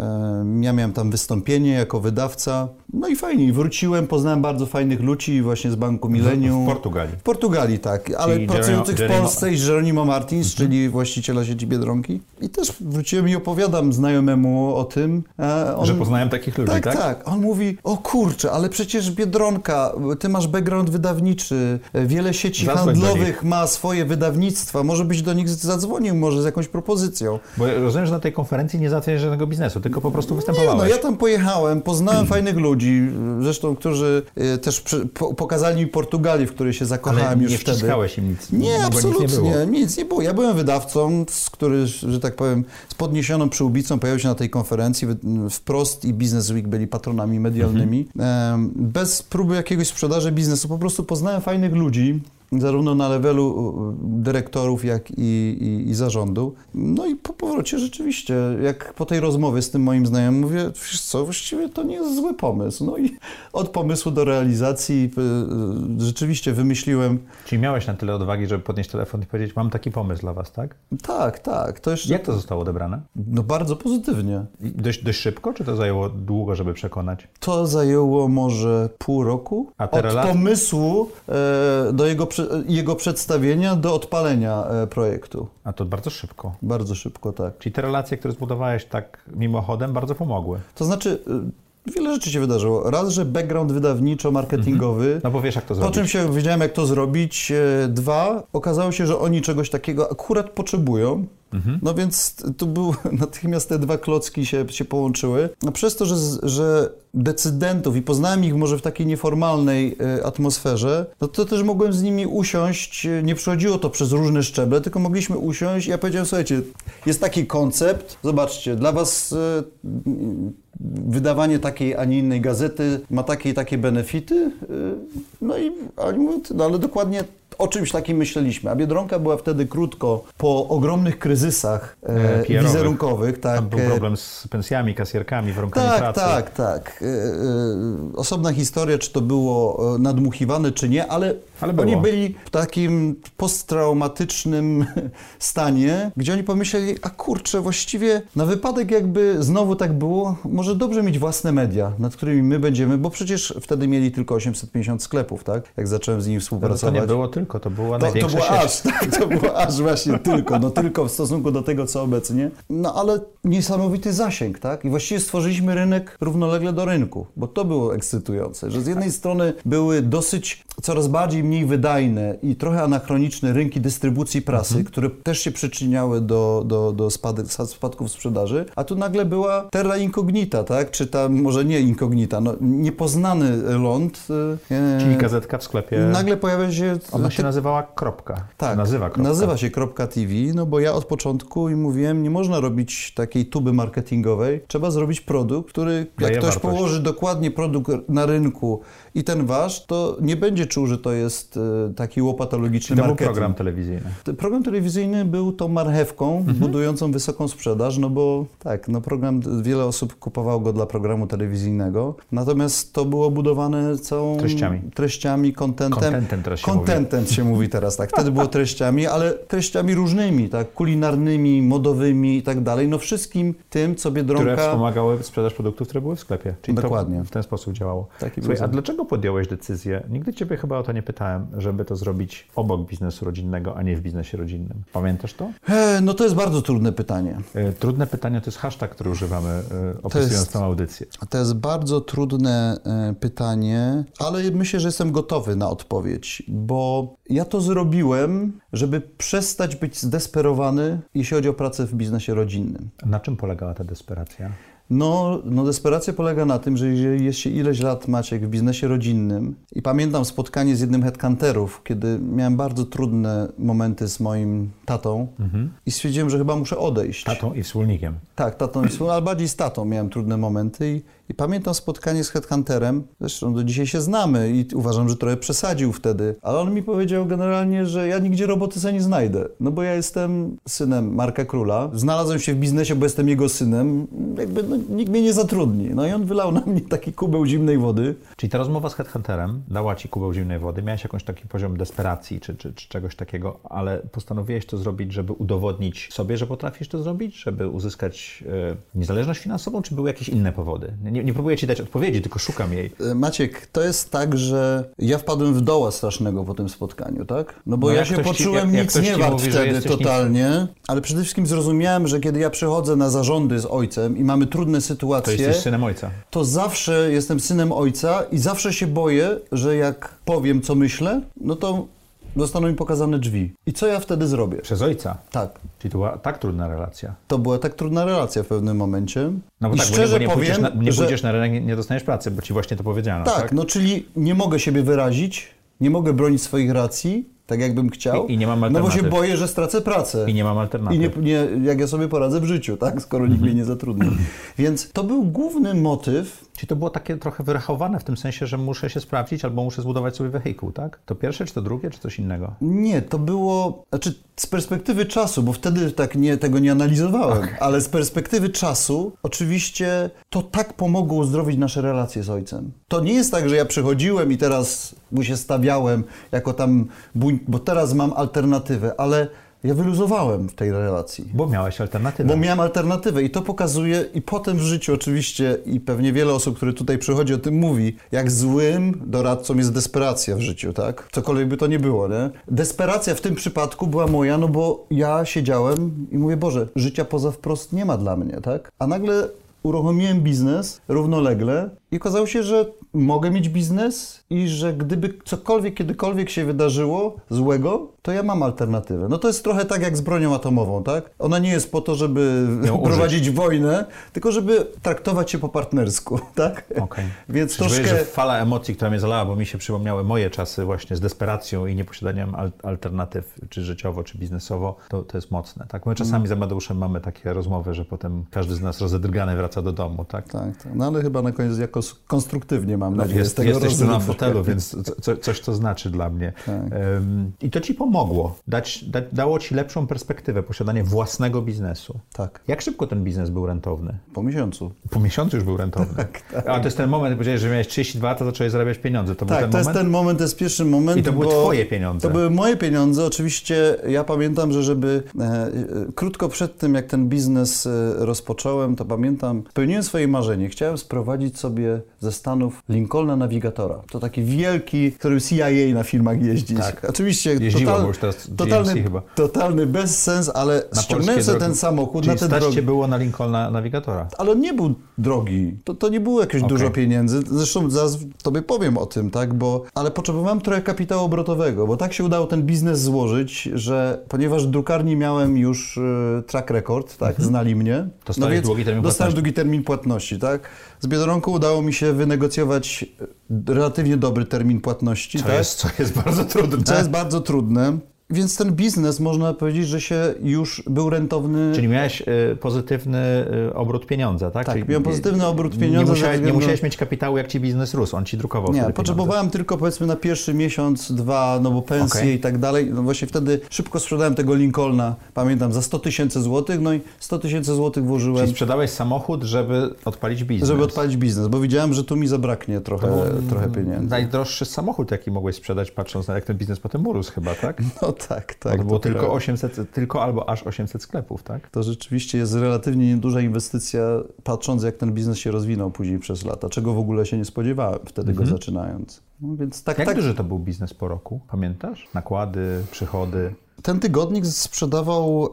Speaker 5: Ja miałem tam wystąpienie jako wydawca, no i fajnie, wróciłem, poznałem bardzo fajnych ludzi właśnie z Banku Millennium.
Speaker 2: W Portugalii.
Speaker 5: W Portugalii, tak, ale
Speaker 2: czyli
Speaker 5: pracujących
Speaker 2: Geronimo,
Speaker 5: w Polsce i Geronimo Martins, mhm. czyli właściciela sieci Biedronki. I też wróciłem i opowiadam znajomemu o tym.
Speaker 2: On, że poznałem takich ludzi,
Speaker 5: tak?
Speaker 2: Tak,
Speaker 5: tak. On mówi, o kurczę, ale przecież Biedronka, ty masz background wydawniczy, wiele sieci
Speaker 2: Zadzwoń
Speaker 5: handlowych ma swoje wydawnictwa, może byś do nich zadzwonił może z jakąś propozycją.
Speaker 2: Bo rozumiem, że na tej konferencji nie załatwiasz żadnego biznesu, tylko po prostu
Speaker 5: Nie,
Speaker 2: występowałeś.
Speaker 5: no ja tam pojechałem, poznałem fajnych ludzi, zresztą, którzy y, też przy, po, pokazali mi Portugalię, w której się zakochałem
Speaker 2: Ale
Speaker 5: już
Speaker 2: nie
Speaker 5: wtedy.
Speaker 2: wciskałeś im nic.
Speaker 5: Nie, absolutnie,
Speaker 2: nic nie było.
Speaker 5: nic nie było. Ja byłem wydawcą, z który, że tak powiem, z podniesioną przyłbicą pojawił się na tej konferencji. Wprost i Business Week byli patronami medialnymi. Mhm. Bez próby jakiegoś sprzedaży biznesu, po prostu poznałem fajnych ludzi, zarówno na levelu dyrektorów, jak i, i, i zarządu. No i po powrocie rzeczywiście, jak po tej rozmowie z tym moim znajomym, mówię, wiesz co, właściwie to nie jest zły pomysł. No i od pomysłu do realizacji y, rzeczywiście wymyśliłem...
Speaker 2: Czyli miałeś na tyle odwagi, żeby podnieść telefon i powiedzieć, mam taki pomysł dla was, tak?
Speaker 5: Tak, tak. To jeszcze...
Speaker 2: Jak to zostało odebrane?
Speaker 5: No bardzo pozytywnie.
Speaker 2: I dość, dość szybko, czy to zajęło długo, żeby przekonać?
Speaker 5: To zajęło może pół roku.
Speaker 2: A te
Speaker 5: od
Speaker 2: relacje?
Speaker 5: pomysłu e, do jego, jego przedstawienia do odpalenia e, projektu.
Speaker 2: A to bardzo szybko.
Speaker 5: Bardzo szybko, tak.
Speaker 2: Czyli te relacje, które zbudowałeś tak mimochodem, bardzo pomogły.
Speaker 5: To znaczy... E, Wiele rzeczy się wydarzyło. Raz, że background wydawniczo-marketingowy.
Speaker 2: Mhm. No bo wiesz, jak to zrobić.
Speaker 5: Po czym się wiedziałem, jak to zrobić. Dwa, okazało się, że oni czegoś takiego akurat potrzebują. Mhm. No więc tu był, natychmiast te dwa klocki się, się połączyły. No przez to, że, że decydentów i poznałem ich może w takiej nieformalnej y, atmosferze, no to też mogłem z nimi usiąść. Nie przychodziło to przez różne szczeble, tylko mogliśmy usiąść i ja powiedziałem, słuchajcie, jest taki koncept, zobaczcie, dla was y, wydawanie takiej, a nie innej gazety ma takie i takie benefity. Y, no i oni mówią, no ale dokładnie o czymś takim myśleliśmy. A Biedronka była wtedy krótko po ogromnych kryzysach e, wizerunkowych. Tak,
Speaker 2: tam był problem z pensjami, kasjerkami, warunkami
Speaker 5: tak,
Speaker 2: pracy.
Speaker 5: Tak, tak, e, e, osobna historia, czy to było nadmuchiwane, czy nie, ale, ale oni byli w takim posttraumatycznym stanie, gdzie oni pomyśleli, a kurczę, właściwie na wypadek jakby znowu tak było, może dobrze mieć własne media, nad którymi my będziemy, bo przecież wtedy mieli tylko osiemset pięćdziesiąt sklepów, tak? Jak zacząłem z nimi współpracować.
Speaker 2: No to nie było tylko, to była
Speaker 5: to,
Speaker 2: największa
Speaker 5: to było
Speaker 2: sieć.
Speaker 5: aż, tak, to było aż właśnie tylko, no tylko w stosunku do tego, co obecnie. No ale niesamowity zasięg, tak? I właściwie stworzyliśmy rynek równolegle do rynku, bo to było ekscytujące, że z jednej strony były dosyć coraz bardziej mniej wydajne i trochę anachroniczne rynki dystrybucji prasy, mhm. które też się przyczyniały do, do, do spadek, spadków sprzedaży, a tu nagle była terra incognita, tak? Czy tam, może nie incognita, no niepoznany ląd.
Speaker 2: E, Czyli gazetka w sklepie.
Speaker 5: Nagle pojawia się...
Speaker 2: Ona się nazywała Kropka.
Speaker 5: Tak,
Speaker 2: nazywa, kropka.
Speaker 5: nazywa się Kropka T V, no bo ja od początku i mówiłem, nie można robić takiej tuby marketingowej, trzeba zrobić produkt, który jak
Speaker 2: Daje
Speaker 5: ktoś
Speaker 2: wartość.
Speaker 5: położy dokładnie produkt na rynku i ten wasz, to nie będzie czuł, że to jest taki łopatologiczny
Speaker 2: to
Speaker 5: marketing.
Speaker 2: był program telewizyjny.
Speaker 5: Program telewizyjny był tą marchewką mhm. budującą wysoką sprzedaż, no bo tak, no program, wiele osób kupowało go dla programu telewizyjnego, natomiast to było budowane całą...
Speaker 2: Treściami.
Speaker 5: Treściami, contentem.
Speaker 2: Contentem teraz się
Speaker 5: Contentem
Speaker 2: mówi.
Speaker 5: się mówi teraz, tak. Wtedy było treściami, ale treściami różnymi, tak, kulinarnymi, modowymi i tak dalej, no wszystkim tym, co Biedronka...
Speaker 2: Które wspomagały sprzedaż produktów, które były w sklepie. Czyli
Speaker 5: dokładnie.
Speaker 2: To w ten sposób działało.
Speaker 5: Taki
Speaker 2: Słuchaj, a dlaczego podjąłeś decyzję, nigdy Ciebie chyba o to nie pytałem, żeby to zrobić obok biznesu rodzinnego, a nie w biznesie rodzinnym? Pamiętasz to?
Speaker 5: E, no to jest bardzo trudne pytanie.
Speaker 2: E, trudne pytanie to jest hashtag, który używamy e, opisując
Speaker 5: jest,
Speaker 2: tę audycję.
Speaker 5: To jest bardzo trudne e, pytanie, ale myślę, że jestem gotowy na odpowiedź, bo ja to zrobiłem, żeby przestać być zdesperowany, jeśli chodzi o pracę w biznesie rodzinnym.
Speaker 2: Na czym polegała ta desperacja?
Speaker 5: No, no desperacja polega na tym, że jeżeli jest się ileś lat, Maciek, w biznesie rodzinnym i pamiętam spotkanie z jednym headhunterów, kiedy miałem bardzo trudne momenty z moim tatą mhm. i stwierdziłem, że chyba muszę odejść.
Speaker 2: Tatą i wspólnikiem.
Speaker 5: Tak, tatą i wspólnikiem, ale bardziej z tatą miałem trudne momenty i, i pamiętam spotkanie z headhunterem, zresztą do dzisiaj się znamy i uważam, że trochę przesadził wtedy, ale on mi powiedział generalnie, że ja nigdzie roboty sobie nie znajdę, no bo ja jestem synem Marka Króla, znalazłem się w biznesie, bo jestem jego synem, jakby no, nikt mnie nie zatrudni. No i on wylał na mnie taki kubeł zimnej wody.
Speaker 2: Czyli ta rozmowa z headhunterem dała ci kubeł zimnej wody, miałeś jakiś taki poziom desperacji czy, czy, czy czegoś takiego, ale postanowiłeś to zrobić, żeby udowodnić sobie, że potrafisz to zrobić, żeby uzyskać e, niezależność finansową, czy były jakieś inne powody? Nie, nie próbuję ci dać odpowiedzi, tylko szukam jej.
Speaker 5: Maciek, to jest tak, że ja wpadłem w doła strasznego po tym spotkaniu, tak? No bo
Speaker 2: no
Speaker 5: ja się poczułem ci, jak, nic jak nie wart mówi, wtedy totalnie, nic... ale przede wszystkim zrozumiałem, że kiedy ja przychodzę na zarządy z ojcem i mamy trudne sytuacje,
Speaker 2: to jesteś synem ojca.
Speaker 5: To zawsze jestem synem ojca i zawsze się boję, że jak powiem, co myślę, no to zostaną mi pokazane drzwi. I co ja wtedy zrobię?
Speaker 2: Przez ojca?
Speaker 5: Tak.
Speaker 2: Czyli to była tak trudna relacja?
Speaker 5: To była tak trudna relacja w pewnym momencie.
Speaker 2: No bo
Speaker 5: I
Speaker 2: tak,
Speaker 5: szczerze
Speaker 2: bo nie, bo nie,
Speaker 5: powiem,
Speaker 2: pójdziesz na, nie
Speaker 5: że...
Speaker 2: pójdziesz na rynek, nie, nie dostaniesz pracy, bo ci właśnie to powiedziano,
Speaker 5: tak?
Speaker 2: tak?
Speaker 5: No czyli nie mogę siebie wyrazić, nie mogę bronić swoich racji, tak jakbym chciał.
Speaker 2: I, i nie mam alternatyw.
Speaker 5: No bo się boję, że stracę pracę.
Speaker 2: I nie mam alternatyw.
Speaker 5: I nie, nie, jak ja sobie poradzę w życiu, tak? Skoro nikt mnie nie zatrudni. Więc to był główny motyw.
Speaker 2: Czyli to było takie trochę wyrachowane w tym sensie, że muszę się sprawdzić albo muszę zbudować sobie wehikuł, tak? To pierwsze, czy to drugie, czy coś innego?
Speaker 5: Nie, to było, znaczy z perspektywy czasu, bo wtedy tak nie, tego nie analizowałem, okay. ale z perspektywy czasu oczywiście to tak pomogło uzdrowić nasze relacje z ojcem. To nie jest tak, że ja przychodziłem i teraz mu się stawiałem jako tam, bo teraz mam alternatywę, ale ja wyluzowałem w tej relacji.
Speaker 2: Bo miałeś alternatywę.
Speaker 5: Bo miałem alternatywę i to pokazuje i potem w życiu oczywiście i pewnie wiele osób, które tutaj przychodzi o tym mówi, jak złym doradcą jest desperacja w życiu, tak? Cokolwiek by to nie było, nie? Desperacja w tym przypadku była moja, no bo ja siedziałem i mówię, Boże, życia poza wprost nie ma dla mnie, tak? A nagle uruchomiłem biznes równolegle i okazało się, że mogę mieć biznes i że gdyby cokolwiek, kiedykolwiek się wydarzyło złego, to ja mam alternatywę. No to jest trochę tak jak z bronią atomową, tak? Ona nie jest po to, żeby prowadzić wojnę, tylko żeby traktować się po partnersku, tak?
Speaker 2: Okay.
Speaker 5: Więc
Speaker 2: Czyli
Speaker 5: troszkę...
Speaker 2: że fala emocji, która mnie zalała, bo mi się przypomniały moje czasy właśnie z desperacją i nieposiadaniem al- alternatyw, czy życiowo, czy biznesowo, to, to jest mocne, tak? My czasami mm. z Amadeuszem mamy takie rozmowy, że potem każdy z nas rozedrgany wraca do domu, tak?
Speaker 5: Tak, tak. No ale chyba na koniec jako konstruktywnie mam
Speaker 2: no,
Speaker 5: nadzieję
Speaker 2: jest,
Speaker 5: z tego
Speaker 2: jesteś tu na
Speaker 5: rozmowy.
Speaker 2: fotelu, więc co, coś to znaczy dla mnie.
Speaker 5: Tak.
Speaker 2: Um, I to ci pomogło. Dać, da, dało ci lepszą perspektywę, posiadanie własnego biznesu.
Speaker 5: Tak.
Speaker 2: Jak szybko ten biznes był rentowny?
Speaker 5: Po miesiącu.
Speaker 2: Po miesiącu już był rentowny.
Speaker 5: Tak, tak.
Speaker 2: A to jest ten moment, jak powiedziałeś, że miałeś trzydzieści dwa, to zacząłeś zarabiać pieniądze. To
Speaker 5: tak,
Speaker 2: był ten
Speaker 5: to
Speaker 2: moment?
Speaker 5: jest ten moment, to jest pierwszy moment.
Speaker 2: I to były
Speaker 5: bo
Speaker 2: twoje pieniądze.
Speaker 5: To były moje pieniądze. Oczywiście ja pamiętam, że żeby e, e, krótko przed tym, jak ten biznes e, rozpocząłem, to pamiętam, spełniłem swoje marzenie. Chciałem sprowadzić sobie ze Stanów Lincolna Navigatora. To taki wielki, którym C I A na filmach jeździć.
Speaker 2: Tak.
Speaker 5: Oczywiście
Speaker 2: Jeździło,
Speaker 5: total,
Speaker 2: bo już teraz
Speaker 5: totalny,
Speaker 2: chyba.
Speaker 5: totalny bezsens, ale
Speaker 2: na
Speaker 5: ściągnąłem sobie ten samochód
Speaker 2: Czyli
Speaker 5: na te
Speaker 2: stać
Speaker 5: drogi.
Speaker 2: cię było na Lincolna Navigatora.
Speaker 5: Ale on nie był drogi. To, to nie było jakieś
Speaker 2: Okay.
Speaker 5: dużo pieniędzy. Zresztą zaraz tobie powiem o tym, tak, bo... Ale potrzebowałem trochę kapitału obrotowego, bo tak się udało ten biznes złożyć, że ponieważ w drukarni miałem już y, track record, tak, mm-hmm. znali mnie.
Speaker 2: Dostałeś
Speaker 5: no więc
Speaker 2: długi termin
Speaker 5: dostałem
Speaker 2: płatności.
Speaker 5: długi termin płatności, tak. Z Biedronką udało mi się wynegocjować relatywnie dobry termin płatności,
Speaker 2: co
Speaker 5: tak.
Speaker 2: Jest, co jest bardzo trudne.
Speaker 5: Co jest bardzo trudne. Więc ten biznes, można powiedzieć, że się już był rentowny.
Speaker 2: Czyli miałeś y, pozytywny y, obrót pieniądza, tak?
Speaker 5: Tak,
Speaker 2: Czyli
Speaker 5: miałem pozytywny obrót pieniądza.
Speaker 2: Nie musiałeś,
Speaker 5: względu...
Speaker 2: nie musiałeś mieć kapitału, jak ci biznes rósł, on ci drukował
Speaker 5: Nie,
Speaker 2: wtedy
Speaker 5: potrzebowałem
Speaker 2: pieniądze.
Speaker 5: tylko powiedzmy na pierwszy miesiąc, dwa, no bo pensje
Speaker 2: Okay.
Speaker 5: i tak dalej. No właśnie wtedy szybko sprzedałem tego Lincolna, pamiętam, za sto tysięcy złotych, no i sto tysięcy złotych włożyłem.
Speaker 2: Czyli sprzedałeś samochód, żeby odpalić biznes.
Speaker 5: Żeby odpalić biznes, bo widziałem, że tu mi zabraknie trochę, trochę pieniędzy.
Speaker 2: Najdroższy samochód, jaki mogłeś sprzedać, patrząc na jak ten biznes potem urósł chyba, tak?
Speaker 5: No tak, tak.
Speaker 2: To było tylko osiemset, tylko albo aż osiemset sklepów, tak?
Speaker 5: To rzeczywiście jest relatywnie nieduża inwestycja, patrząc jak ten biznes się rozwinął później przez lata, czego w ogóle się nie spodziewałem wtedy
Speaker 2: Mhm.
Speaker 5: go zaczynając. No więc tak,
Speaker 2: Jak
Speaker 5: tak.
Speaker 2: duży to był biznes po roku? Pamiętasz? Nakłady, przychody?
Speaker 5: Ten tygodnik sprzedawał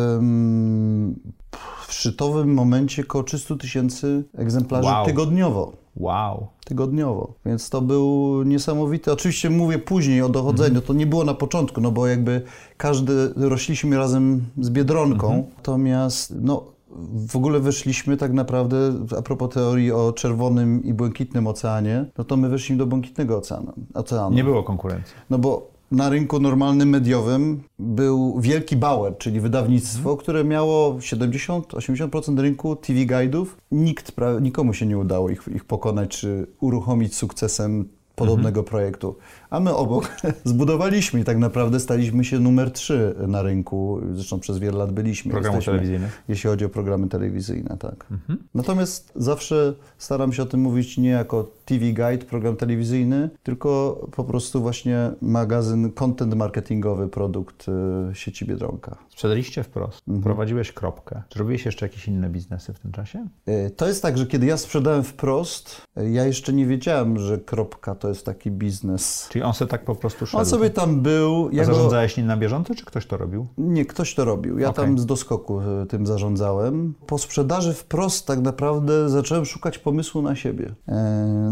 Speaker 5: em, w szczytowym momencie około trzysta tysięcy egzemplarzy
Speaker 2: Wow.
Speaker 5: tygodniowo.
Speaker 2: Wow.
Speaker 5: Tygodniowo, więc to był niesamowity. Oczywiście mówię później o dochodzeniu, mm. to nie było na początku, no bo jakby każdy, rośliśmy razem z Biedronką, mm-hmm. natomiast no w ogóle weszliśmy tak naprawdę, a propos teorii o czerwonym i błękitnym oceanie, no to my weszliśmy do błękitnego oceanu. oceanu.
Speaker 2: Nie było konkurencji.
Speaker 5: No bo na rynku normalnym, mediowym był wielki Bauer, czyli wydawnictwo, które miało siedemdziesiąt do osiemdziesięciu procent rynku T V Guide'ów. Nikt, pra- nikomu się nie udało ich, ich pokonać czy uruchomić sukcesem podobnego mhm. projektu. A my obok zbudowaliśmy i tak naprawdę staliśmy się numer trzy na rynku. Zresztą przez wiele lat byliśmy.
Speaker 2: Programów telewizyjnych?
Speaker 5: Jeśli chodzi o programy telewizyjne, tak.
Speaker 2: Mhm.
Speaker 5: Natomiast zawsze staram się o tym mówić nie jako T V Guide, program telewizyjny, tylko po prostu właśnie magazyn, content marketingowy, produkt y, sieci Biedronka.
Speaker 2: Sprzedaliście wprost, mhm. prowadziłeś kropkę. Czy robiłeś jeszcze jakieś inne biznesy w tym czasie?
Speaker 5: Y, to jest tak, że kiedy ja sprzedałem wprost, y, ja jeszcze nie wiedziałem, że kropka to jest taki biznes.
Speaker 2: Czyli on sobie tak po prostu szedł?
Speaker 5: On sobie tam był.
Speaker 2: Ja A zarządzałeś go... nim na bieżąco, czy ktoś to robił?
Speaker 5: Nie, ktoś to robił. Ja okay. tam z doskoku tym zarządzałem. Po sprzedaży wprost tak naprawdę zacząłem szukać pomysłu na siebie.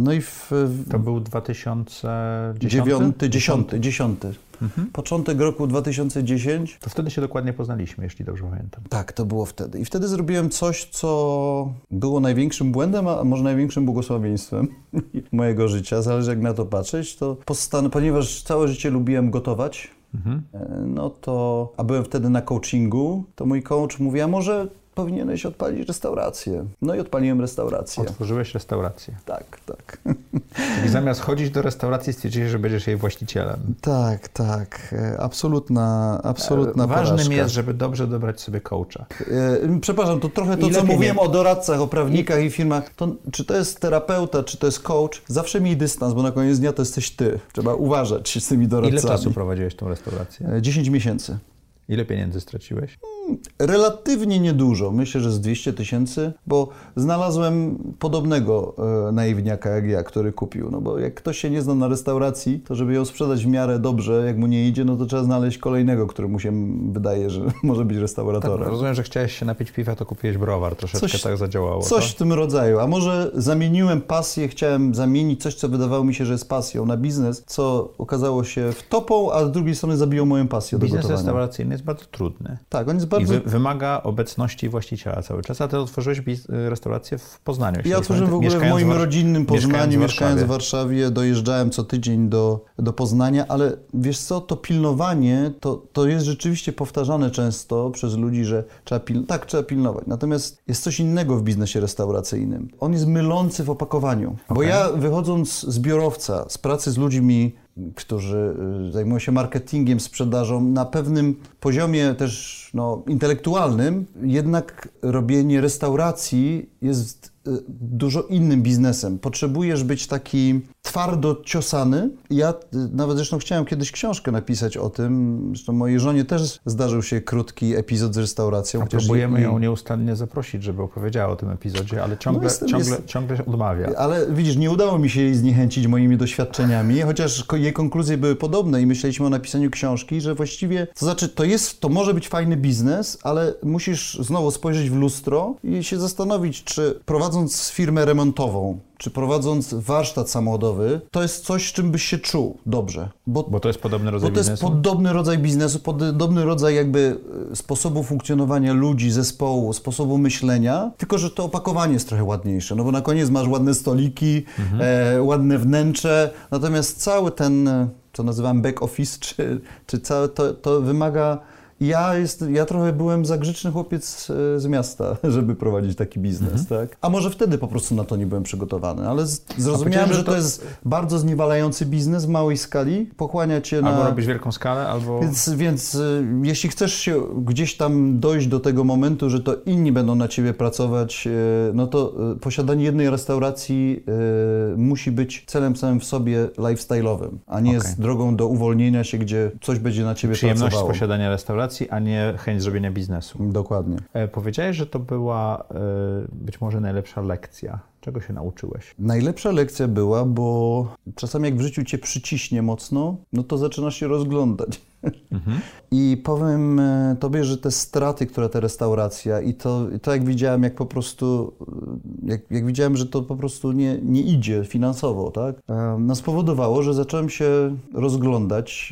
Speaker 5: No i w...
Speaker 2: To był dwa tysiące dziesiąty?
Speaker 5: dziewiąty, dziesiąty, dziesiąty. Mhm. Początek roku dwa tysiące dziesiąty.
Speaker 2: To wtedy się dokładnie poznaliśmy, jeśli dobrze pamiętam.
Speaker 5: Tak, to było wtedy. I wtedy zrobiłem coś, co było największym błędem, a może największym błogosławieństwem mojego życia. Zależy jak na to patrzeć. To postan- ponieważ całe życie lubiłem gotować, mhm. no to, a byłem wtedy na coachingu, to mój coach mówi, a może powinieneś odpalić restaurację. No i odpaliłem restaurację.
Speaker 2: Otworzyłeś restaurację.
Speaker 5: Tak, tak.
Speaker 2: Czyli zamiast chodzić do restauracji stwierdziłeś, że będziesz jej właścicielem.
Speaker 5: Tak, tak. Absolutna, absolutna
Speaker 2: Ważnym
Speaker 5: porażka.
Speaker 2: jest, żeby dobrze dobrać sobie coacha.
Speaker 5: Przepraszam, to trochę to,
Speaker 2: I
Speaker 5: co mówiłem
Speaker 2: nie...
Speaker 5: o doradcach, o prawnikach i, i firmach. To, czy to jest terapeuta, czy to jest coach, zawsze miej dystans, bo na koniec dnia to jesteś ty. Trzeba uważać z tymi doradcami.
Speaker 2: Ile czasu prowadziłeś tą restaurację?
Speaker 5: dziesięć miesięcy.
Speaker 2: Ile pieniędzy straciłeś?
Speaker 5: Relatywnie niedużo, myślę, że z dwieście tysięcy, bo znalazłem podobnego e, naiwniaka jak ja, który kupił. No bo jak ktoś się nie zna na restauracji, to żeby ją sprzedać w miarę dobrze, jak mu nie idzie, no to trzeba znaleźć kolejnego, który mu się wydaje, że może być restauratorem.
Speaker 2: Tak, rozumiem, że chciałeś się napić piwa, to kupiłeś browar, troszeczkę coś, tak zadziałało.
Speaker 5: Coś
Speaker 2: to?
Speaker 5: w tym rodzaju, a może zamieniłem pasję, chciałem zamienić coś, co wydawało mi się, że jest pasją, na biznes, co okazało się wtopą, a z drugiej strony zabiło moją pasję
Speaker 2: biznes
Speaker 5: do gotowania.
Speaker 2: Biznes restauracyjny jest bardzo trudny.
Speaker 5: Tak, on jest bardzo...
Speaker 2: I wy, wymaga obecności właściciela cały czas, a ty otworzyłeś biz- restaurację w Poznaniu.
Speaker 5: Ja otworzyłem w ogóle w moim
Speaker 2: War...
Speaker 5: rodzinnym Poznaniu, mieszkając w,
Speaker 2: mieszkając
Speaker 5: w Warszawie, dojeżdżałem co tydzień do, do Poznania, ale wiesz co, to pilnowanie, to, to jest rzeczywiście powtarzane często przez ludzi, że trzeba pilnować. Tak, trzeba pilnować. Natomiast jest coś innego w biznesie restauracyjnym. On jest mylący w opakowaniu. Okay. Bo ja wychodząc z biurowca, z pracy z ludźmi, którzy zajmują się marketingiem, sprzedażą, na pewnym poziomie też no, intelektualnym, jednak robienie restauracji jest dużo innym biznesem. Potrzebujesz być taki twardo ciosany. Ja nawet zresztą chciałem kiedyś książkę napisać o tym. Zresztą mojej żonie też zdarzył się krótki epizod z restauracją.
Speaker 2: A próbujemy ją nieustannie zaprosić, żeby opowiedziała o tym epizodzie, ale ciągle, no jestem, ciągle, jest... ciągle odmawia.
Speaker 5: Ale widzisz, nie udało mi się jej zniechęcić moimi doświadczeniami, chociaż jej konkluzje były podobne i myśleliśmy o napisaniu książki, że właściwie, to znaczy, to jest, to może być fajny biznes, ale musisz znowu spojrzeć w lustro i się zastanowić, czy prowadząc firmę remontową, czy prowadząc warsztat samochodowy, to jest coś, z czym byś się czuł dobrze. Bo,
Speaker 2: bo to jest podobny rodzaj
Speaker 5: biznesu? Bo to
Speaker 2: biznesu?
Speaker 5: jest podobny rodzaj biznesu, podobny rodzaj jakby sposobu funkcjonowania ludzi, zespołu, sposobu myślenia, tylko że to opakowanie jest trochę ładniejsze, no bo na koniec masz ładne stoliki, mhm. e, ładne wnętrze, natomiast cały ten, co nazywam back office, czy, czy całe to, to wymaga... Ja, jest, ja trochę byłem za grzeczny chłopiec z miasta, żeby prowadzić taki biznes, mhm. tak? A może wtedy po prostu na to nie byłem przygotowany, ale z, zrozumiałem, że to... to jest bardzo zniewalający biznes w małej skali, pochłania cię na...
Speaker 2: Albo robisz wielką skalę, albo...
Speaker 5: Więc, więc jeśli chcesz się gdzieś tam dojść do tego momentu, że to inni będą na ciebie pracować, no to posiadanie jednej restauracji y, musi być celem samym w sobie lifestyle'owym, a nie okay. jest drogą do uwolnienia się, gdzie coś będzie na ciebie
Speaker 2: Przyjemność
Speaker 5: pracowało.
Speaker 2: z posiadania restauracji, a nie chęć zrobienia biznesu.
Speaker 5: Dokładnie.
Speaker 2: E, powiedziałeś, że to była e, być może najlepsza lekcja. Czego się nauczyłeś?
Speaker 5: Najlepsza lekcja była, bo czasami jak w życiu cię przyciśnie mocno, no to zaczynasz się rozglądać. Mhm. I powiem tobie, że te straty, które ta restauracja i to, i to jak widziałem, jak po prostu, jak, jak widziałem, że to po prostu nie, nie idzie finansowo, tak? No spowodowało, że zacząłem się rozglądać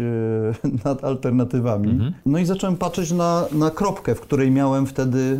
Speaker 5: nad alternatywami. Mhm. No i zacząłem patrzeć na, na kropkę, w której miałem wtedy,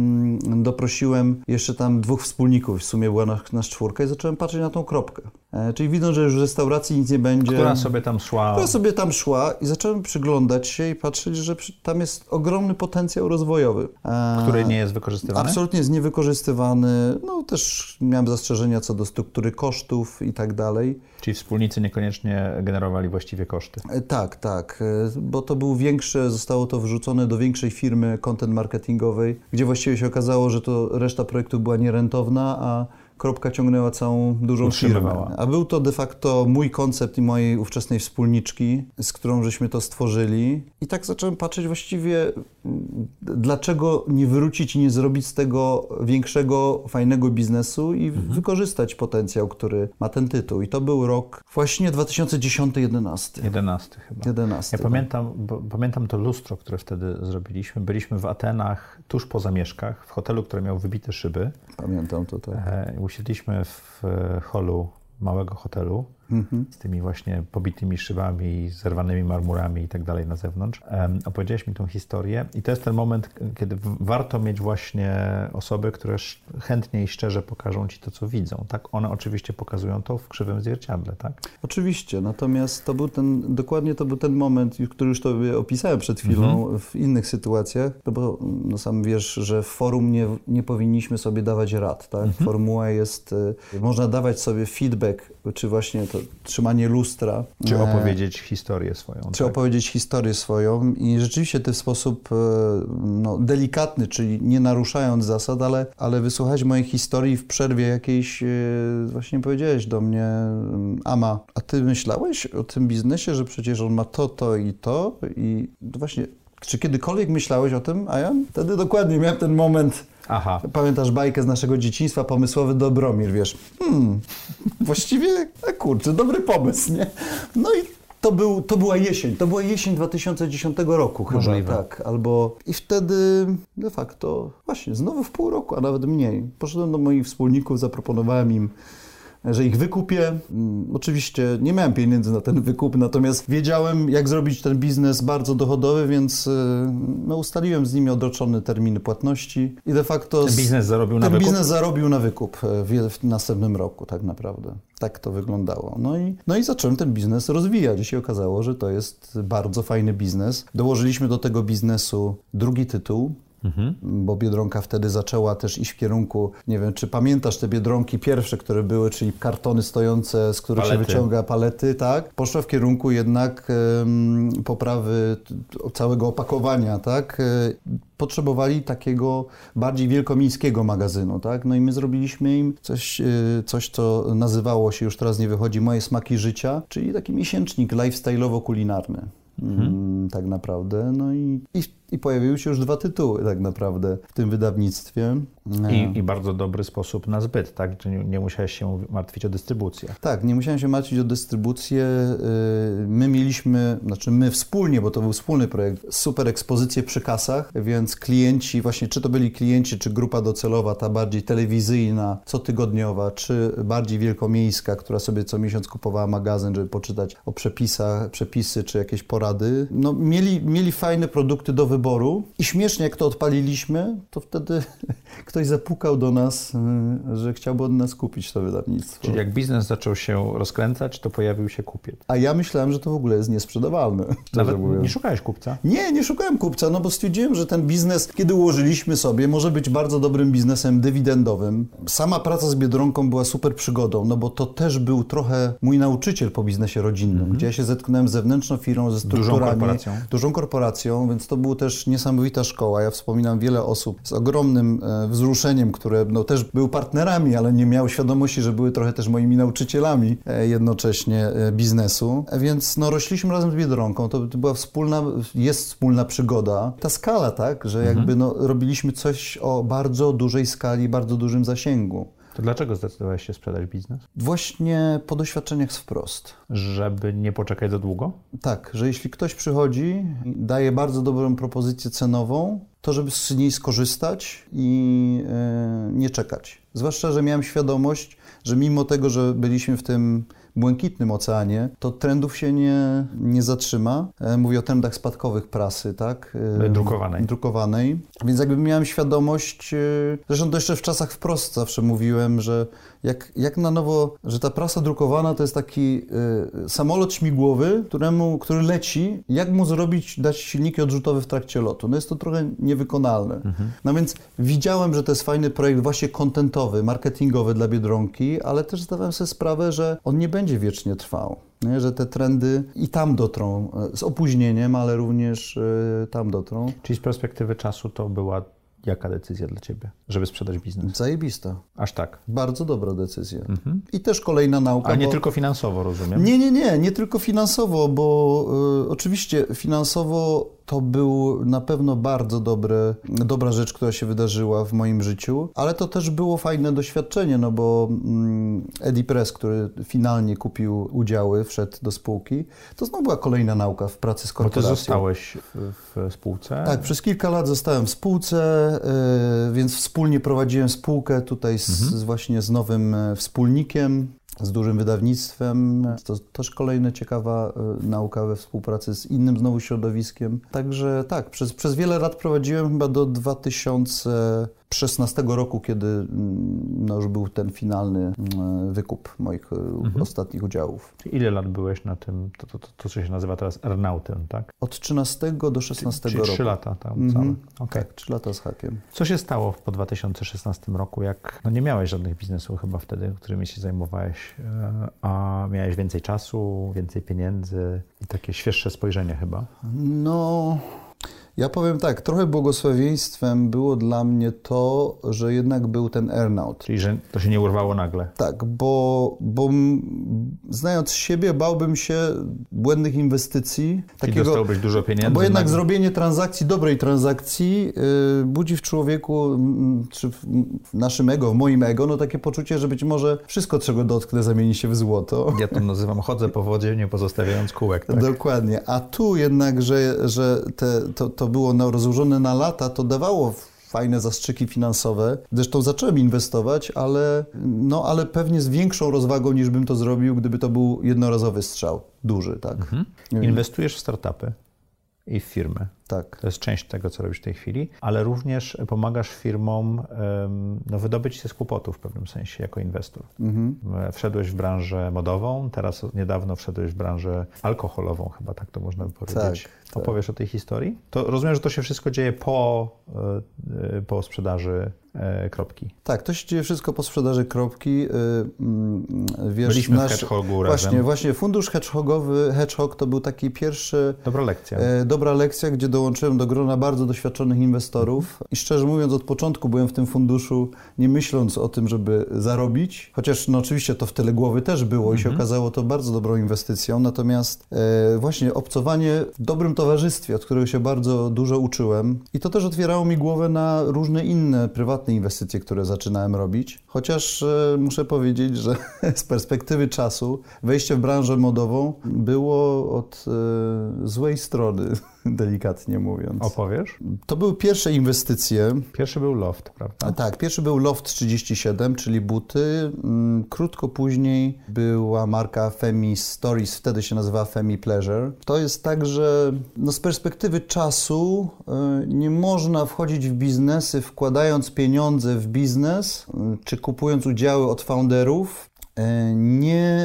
Speaker 5: mm, doprosiłem jeszcze tam dwóch wspólników, w sumie była nas czwórka i zacząłem patrzeć na tą kropkę. E, czyli widząc, że już w restauracji nic nie będzie.
Speaker 2: Która sobie tam szła.
Speaker 5: Która sobie tam szła i zacząłem przyglądać się i patrzeć, że tam jest ogromny potencjał rozwojowy.
Speaker 2: E, Który nie jest wykorzystywany?
Speaker 5: Absolutnie jest niewykorzystywany. No też miałem zastrzeżenia co do struktury kosztów i tak dalej.
Speaker 2: Czyli wspólnicy niekoniecznie generowali właściwie koszty.
Speaker 5: E, tak, tak, e, bo to był większe, zostało to wrzucone do większej firmy content marketingowej, gdzie właściwie się okazało, że to reszta projektu była nierentowna, a kropka ciągnęła całą dużą firmę. A był to de facto mój koncept i mojej ówczesnej wspólniczki, z którą żeśmy to stworzyli. I tak zacząłem patrzeć właściwie, dlaczego nie wrócić i nie zrobić z tego większego, fajnego biznesu i mhm. wykorzystać potencjał, który ma ten tytuł. I to był rok właśnie dwa tysiące dziesiąty jedenasty.
Speaker 2: jedenasty chyba.
Speaker 5: jedenasty,
Speaker 2: ja tak. pamiętam, bo, pamiętam to lustro, które wtedy zrobiliśmy. Byliśmy w Atenach, tuż po zamieszkach, w hotelu, który miał wybite szyby.
Speaker 5: Pamiętam to, tak.
Speaker 2: Usiedliśmy w holu małego hotelu
Speaker 5: Mhm.
Speaker 2: z tymi właśnie pobitymi szybami, zerwanymi marmurami i tak dalej na zewnątrz. Um, opowiedziałeś mi tą historię i to jest ten moment, kiedy w- warto mieć właśnie osoby, które sz- chętnie i szczerze pokażą ci to, co widzą, tak? One oczywiście pokazują to w krzywym zwierciadle, tak?
Speaker 5: Oczywiście, natomiast to był ten, dokładnie to był ten moment, który już tobie opisałem przed chwilą
Speaker 2: Mhm.
Speaker 5: w innych sytuacjach, no bo no sam wiesz, że w forum nie, nie powinniśmy sobie dawać rad, tak?
Speaker 2: Mhm.
Speaker 5: Formuła jest, y, można dawać sobie feedback, czy właśnie to trzymanie lustra.
Speaker 2: Czy
Speaker 5: e,
Speaker 2: opowiedzieć historię swoją,
Speaker 5: Czy
Speaker 2: tak?
Speaker 5: opowiedzieć historię swoją i rzeczywiście ty w sposób e, no, delikatny, czyli nie naruszając zasad, ale, ale wysłuchać mojej historii w przerwie jakiejś, e, właśnie powiedziałeś do mnie, Ama, a ty myślałeś o tym biznesie, że przecież on ma to, to i to i właśnie, czy kiedykolwiek myślałeś o tym, a ja wtedy dokładnie miałem ten moment.
Speaker 2: Aha.
Speaker 5: Pamiętasz bajkę z naszego dzieciństwa, pomysłowy Dobromir, wiesz, hmm, właściwie, a kurczę, dobry pomysł, nie? No i to, był, to była jesień, to była jesień dwa tysiące dziesiątego roku chyba,
Speaker 2: Możliwe.
Speaker 5: tak, albo i wtedy de facto właśnie znowu w pół roku, a nawet mniej, poszedłem do moich wspólników, zaproponowałem im, że ich wykupię. Mm, Oczywiście nie miałem pieniędzy na ten wykup, natomiast wiedziałem, jak zrobić ten biznes bardzo dochodowy, więc y, no, ustaliłem z nimi odroczone terminy płatności i de facto...
Speaker 2: Ten biznes zarobił na
Speaker 5: ten
Speaker 2: wykup?
Speaker 5: biznes zarobił na wykup w, w następnym roku tak naprawdę. Tak to wyglądało. No i, no i zacząłem ten biznes rozwijać i się okazało, że to jest bardzo fajny biznes. Dołożyliśmy do tego biznesu drugi tytuł, Mhm. bo Biedronka wtedy zaczęła też iść w kierunku, nie wiem, czy pamiętasz te Biedronki pierwsze, które były, czyli kartony stojące, z których
Speaker 2: Palety.
Speaker 5: się wyciąga palety, tak? Poszła w kierunku jednak um, poprawy t- t- całego opakowania, tak? E, Potrzebowali takiego bardziej wielkomiejskiego magazynu, tak? No i my zrobiliśmy im coś, e, coś, co nazywało się, już teraz nie wychodzi, Moje smaki życia, czyli taki miesięcznik lifestyle'owo-kulinarny. Hmm. Tak naprawdę. No i, i, i pojawiły się już dwa tytuły tak naprawdę w tym wydawnictwie.
Speaker 2: I, I bardzo dobry sposób na zbyt, tak? Czy nie, nie musiałeś się martwić o dystrybucję.
Speaker 5: Tak, nie musiałem się martwić o dystrybucję. My mieliśmy, znaczy my wspólnie, bo to był wspólny projekt, super ekspozycję przy kasach, więc klienci, właśnie czy to byli klienci, czy grupa docelowa, ta bardziej telewizyjna, cotygodniowa, czy bardziej wielkomiejska, która sobie co miesiąc kupowała magazyn, żeby poczytać o przepisach, przepisy, czy jakieś porady. No, mieli, mieli fajne produkty do wyboru i śmiesznie jak to odpaliliśmy, to wtedy ktoś zapukał do nas, że chciałby od nas kupić to wydawnictwo.
Speaker 2: Czyli jak biznes zaczął się rozkręcać, to pojawił się kupiec.
Speaker 5: A ja myślałem, że to w ogóle jest niesprzedawalne.
Speaker 2: Nawet nie szukałeś kupca?
Speaker 5: Nie, nie szukałem kupca, no bo stwierdziłem, że ten biznes, kiedy ułożyliśmy sobie, może być bardzo dobrym biznesem dywidendowym. Sama praca z Biedronką była super przygodą, no bo to też był trochę mój nauczyciel po biznesie rodzinnym, mm-hmm. gdzie ja się zetknąłem z zewnętrzną firmą, ze strukturami.
Speaker 2: Dużą korporacją.
Speaker 5: Dużą korporacją, więc to była też niesamowita szkoła. Ja wspominam wiele osób z ogromnym e, wzruszeniem, które no, też były partnerami, ale nie miały świadomości, że były trochę też moimi nauczycielami e, jednocześnie e, biznesu. E, więc no, rośliśmy razem z Biedronką. To, to była wspólna, jest wspólna przygoda. Ta skala, tak, że
Speaker 2: Mhm.
Speaker 5: jakby no, robiliśmy coś o bardzo dużej skali, bardzo dużym zasięgu.
Speaker 2: To dlaczego zdecydowałeś się sprzedać biznes?
Speaker 5: Właśnie po doświadczeniach z wprost.
Speaker 2: Żeby nie poczekać za długo?
Speaker 5: Tak, że jeśli ktoś przychodzi i daje bardzo dobrą propozycję cenową, to żeby z niej skorzystać i yy, nie czekać. Zwłaszcza, że miałem świadomość, że mimo tego, że byliśmy w tym błękitnym oceanie, to trendów się nie, nie zatrzyma. E, mówię o trendach spadkowych prasy, tak? E,
Speaker 2: drukowanej.
Speaker 5: Drukowanej. Więc jakby miałem świadomość, e, zresztą to jeszcze w czasach wprost zawsze mówiłem, że jak, jak na nowo, że ta prasa drukowana to jest taki e, samolot śmigłowy, któremu, który leci, jak mu zrobić, dać silniki odrzutowe w trakcie lotu. No jest to trochę niewykonalne. Mhm. No więc widziałem, że to jest fajny projekt właśnie kontentowy, marketingowy dla Biedronki, ale też zdawałem sobie sprawę, że on nie będzie wiecznie trwał. Nie? Że te trendy i tam dotrą, z opóźnieniem, ale również y, tam dotrą.
Speaker 2: Czyli z perspektywy czasu to była jaka decyzja dla Ciebie, żeby sprzedać biznes?
Speaker 5: Zajebista.
Speaker 2: Aż tak?
Speaker 5: Bardzo dobra decyzja.
Speaker 2: Mhm.
Speaker 5: I też kolejna nauka.
Speaker 2: A nie
Speaker 5: bo...
Speaker 2: tylko finansowo, rozumiem?
Speaker 5: Nie, nie, nie, nie tylko finansowo, bo y, oczywiście finansowo to był na pewno bardzo dobre, dobra rzecz, która się wydarzyła w moim życiu, ale to też było fajne doświadczenie, no bo mm, Edi Press, który finalnie kupił udziały, wszedł do spółki, to znowu była kolejna nauka w pracy z korporacją.
Speaker 2: Bo ty zostałeś w, w spółce?
Speaker 5: Tak, przez kilka lat zostałem w spółce, yy, więc wspólnie prowadziłem spółkę tutaj z, mhm. z właśnie z nowym wspólnikiem. z dużym wydawnictwem. To też kolejna ciekawa y, nauka we współpracy z innym znowu środowiskiem. Także tak, przez, przez wiele lat prowadziłem chyba do dwa tysiące szesnastego roku, kiedy no, już był ten finalny y, wykup moich y, mhm. ostatnich udziałów.
Speaker 2: Ile lat byłeś na tym, to, to, to, to co się nazywa teraz earnoutem, tak?
Speaker 5: Od trzynastego do szesnastego
Speaker 2: czyli, czyli
Speaker 5: roku.
Speaker 2: trzy lata tam
Speaker 5: mhm.
Speaker 2: całe. Okay.
Speaker 5: Tak, trzy lata z hakiem.
Speaker 2: Co się stało po dwa tysiące szesnastym roku, jak no nie miałeś żadnych biznesów chyba wtedy, którymi się zajmowałeś, a miałeś więcej czasu, więcej pieniędzy i takie świeższe spojrzenie chyba?
Speaker 5: No... Ja powiem tak, trochę błogosławieństwem było dla mnie to, że jednak był ten earnout.
Speaker 2: Czyli, że to się nie urwało nagle.
Speaker 5: Tak, bo, bo znając siebie, bałbym się błędnych inwestycji.
Speaker 2: Czyli
Speaker 5: takiego,
Speaker 2: dostałbyś dużo pieniędzy.
Speaker 5: Bo jednak
Speaker 2: nagle...
Speaker 5: zrobienie transakcji, dobrej transakcji yy, budzi w człowieku, czy w naszym ego, w moim ego, no takie poczucie, że być może wszystko, czego dotknę, zamieni się w złoto.
Speaker 2: Ja to nazywam chodzę po wodzie, nie pozostawiając kółek. Tak?
Speaker 5: Dokładnie. A tu jednak, że, że te, to, to było na, rozłożone na lata, to dawało fajne zastrzyki finansowe. Zresztą zacząłem inwestować, ale, no, ale pewnie z większą rozwagą niż bym to zrobił, gdyby to był jednorazowy strzał. Duży, tak.
Speaker 2: Mhm. Inwestujesz w startupy i w firmy.
Speaker 5: Tak.
Speaker 2: To jest część tego, co robisz w tej chwili, ale również pomagasz firmom um, no, wydobyć się z kłopotów w pewnym sensie jako inwestor. Mhm. Wszedłeś w branżę modową, teraz niedawno wszedłeś w branżę alkoholową, chyba tak to można by powiedzieć.
Speaker 5: Tak,
Speaker 2: Opowiesz tak. o tej historii? To rozumiem, że to się wszystko dzieje po, po sprzedaży kropki.
Speaker 5: Tak, to się dzieje wszystko po sprzedaży kropki. Wiesz,
Speaker 2: Byliśmy
Speaker 5: nasz,
Speaker 2: w Hedgehogu
Speaker 5: właśnie,
Speaker 2: razem.
Speaker 5: Właśnie, fundusz hedgehogowy, Hedgehog to był taki pierwszy...
Speaker 2: Dobra lekcja.
Speaker 5: Dobra lekcja, gdzie dołączyłem do grona bardzo doświadczonych inwestorów i szczerze mówiąc od początku byłem w tym funduszu nie myśląc o tym, żeby zarobić, chociaż no oczywiście to w tyle głowy też było mm-hmm. i się okazało to bardzo dobrą inwestycją, natomiast e, właśnie obcowanie w dobrym towarzystwie, od którego się bardzo dużo uczyłem i to też otwierało mi głowę na różne inne prywatne inwestycje, które zaczynałem robić, chociaż e, muszę powiedzieć, że z perspektywy czasu wejście w branżę modową było od e, złej strony, delikatnie mówiąc.
Speaker 2: Opowiesz?
Speaker 5: To były pierwsze inwestycje.
Speaker 2: Pierwszy był Loft, prawda?
Speaker 5: A tak, pierwszy był Loft trzydzieści siedem, czyli buty. Krótko później była marka Femi Stories, wtedy się nazywała Femi Pleasure. To jest tak, że no z perspektywy czasu nie można wchodzić w biznesy wkładając pieniądze w biznes, czy kupując udziały od founderów, nie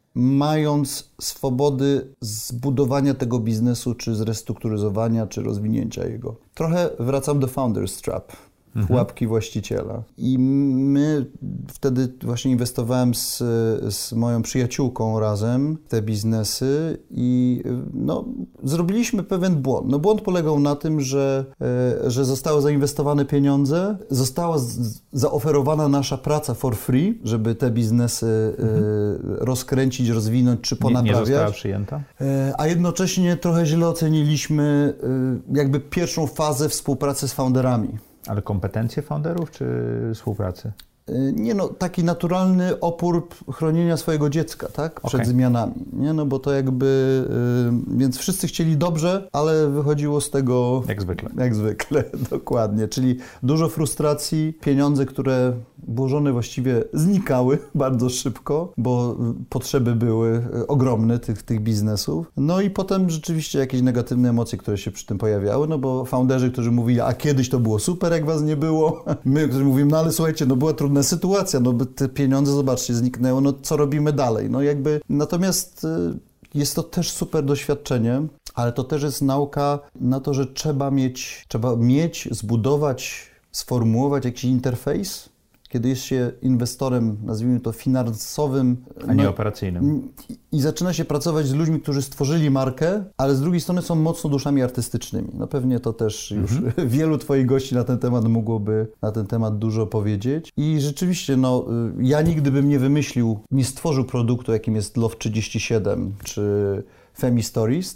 Speaker 5: mając swobody zbudowania tego biznesu, czy zrestrukturyzowania, czy rozwinięcia jego. Trochę wracam do Founder's Trap, mhm. pułapki właściciela. I my wtedy właśnie inwestowałem z, z moją przyjaciółką razem w te biznesy i no, zrobiliśmy pewien błąd. No, błąd polegał na tym, że, że zostały zainwestowane pieniądze, została z, zaoferowana nasza praca for free, żeby te biznesy mhm. rozkręcić, rozwinąć czy ponaprawiać.
Speaker 2: Nie, nie została przyjęta?
Speaker 5: A jednocześnie trochę źle oceniliśmy jakby pierwszą fazę współpracy z founderami.
Speaker 2: Ale kompetencje founderów czy współpracy?
Speaker 5: Nie no, taki naturalny opór chronienia swojego dziecka, tak? Przed
Speaker 2: okay.
Speaker 5: zmianami, nie? No bo to jakby, yy, więc wszyscy chcieli dobrze, ale wychodziło z tego...
Speaker 2: Jak zwykle.
Speaker 5: Jak zwykle, dokładnie. Czyli dużo frustracji, pieniądze, które włożone właściwie znikały bardzo szybko, bo potrzeby były ogromne tych, tych biznesów. No i potem rzeczywiście jakieś negatywne emocje, które się przy tym pojawiały, no bo founderzy, którzy mówili, a kiedyś to było super, jak was nie było. My, którzy mówimy, no ale słuchajcie, no była trudna sytuacja, no by te pieniądze, zobaczcie, zniknęło, no co robimy dalej? No jakby, natomiast jest to też super doświadczenie, ale to też jest nauka na to, że trzeba mieć, trzeba mieć, zbudować, sformułować jakiś interfejs, kiedy jest się inwestorem, nazwijmy to finansowym,
Speaker 2: a nie
Speaker 5: no,
Speaker 2: operacyjnym.
Speaker 5: I, I zaczyna się pracować z ludźmi, którzy stworzyli markę, ale z drugiej strony są mocno duszami artystycznymi. No pewnie to też już mm-hmm. wielu twoich gości na ten temat mogłoby na ten temat dużo powiedzieć. I rzeczywiście, no, ja nigdy bym nie wymyślił, nie stworzył produktu, jakim jest Loft trzydzieści siedem, czy Femi Stories, tak?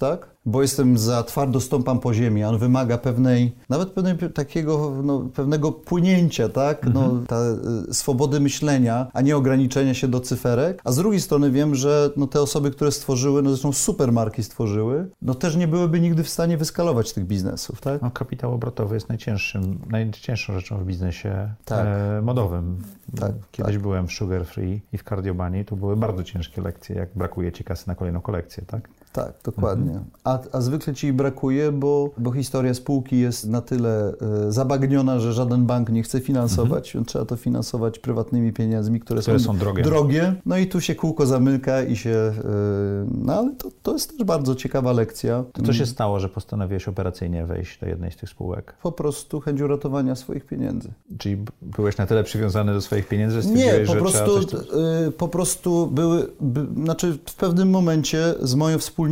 Speaker 5: bo jestem za twardo stąpam po ziemi. On wymaga pewnej, nawet pewnej, takiego no, pewnego płynięcia, tak? No,
Speaker 2: Mhm.
Speaker 5: ta, y, swobody myślenia, a nie ograniczenia się do cyferek. A z drugiej strony wiem, że no, te osoby, które stworzyły, no zresztą super marki stworzyły, no też nie byłyby nigdy w stanie wyskalować tych biznesów, tak?
Speaker 2: No, kapitał obrotowy jest najcięższym, najcięższą rzeczą w biznesie
Speaker 5: Tak.
Speaker 2: e, modowym.
Speaker 5: Tak,
Speaker 2: Kiedyś
Speaker 5: tak.
Speaker 2: byłem w Sugar Free i w Cardiobanii, to były bardzo ciężkie lekcje, jak brakuje ci kasy na kolejną kolekcję, tak?
Speaker 5: Tak, dokładnie. A, a zwykle ci brakuje, bo, bo historia spółki jest na tyle e, zabagniona, że żaden bank nie chce finansować, więc trzeba to finansować prywatnymi pieniędzmi, które,
Speaker 2: Które
Speaker 5: są,
Speaker 2: są drogie.
Speaker 5: drogie. No i tu się kółko zamyka i się... E, no ale to, to jest też bardzo ciekawa lekcja.
Speaker 2: To co się stało, że postanowiłeś operacyjnie wejść do jednej z tych spółek?
Speaker 5: Po prostu chęć uratowania swoich pieniędzy.
Speaker 2: Czyli b- byłeś na tyle przywiązany do swoich pieniędzy, że
Speaker 5: Nie,
Speaker 2: stwierdziłeś,
Speaker 5: po
Speaker 2: że
Speaker 5: prostu,
Speaker 2: trzeba coś...
Speaker 5: y, po prostu były, by, znaczy w pewnym momencie z moją wspólniczką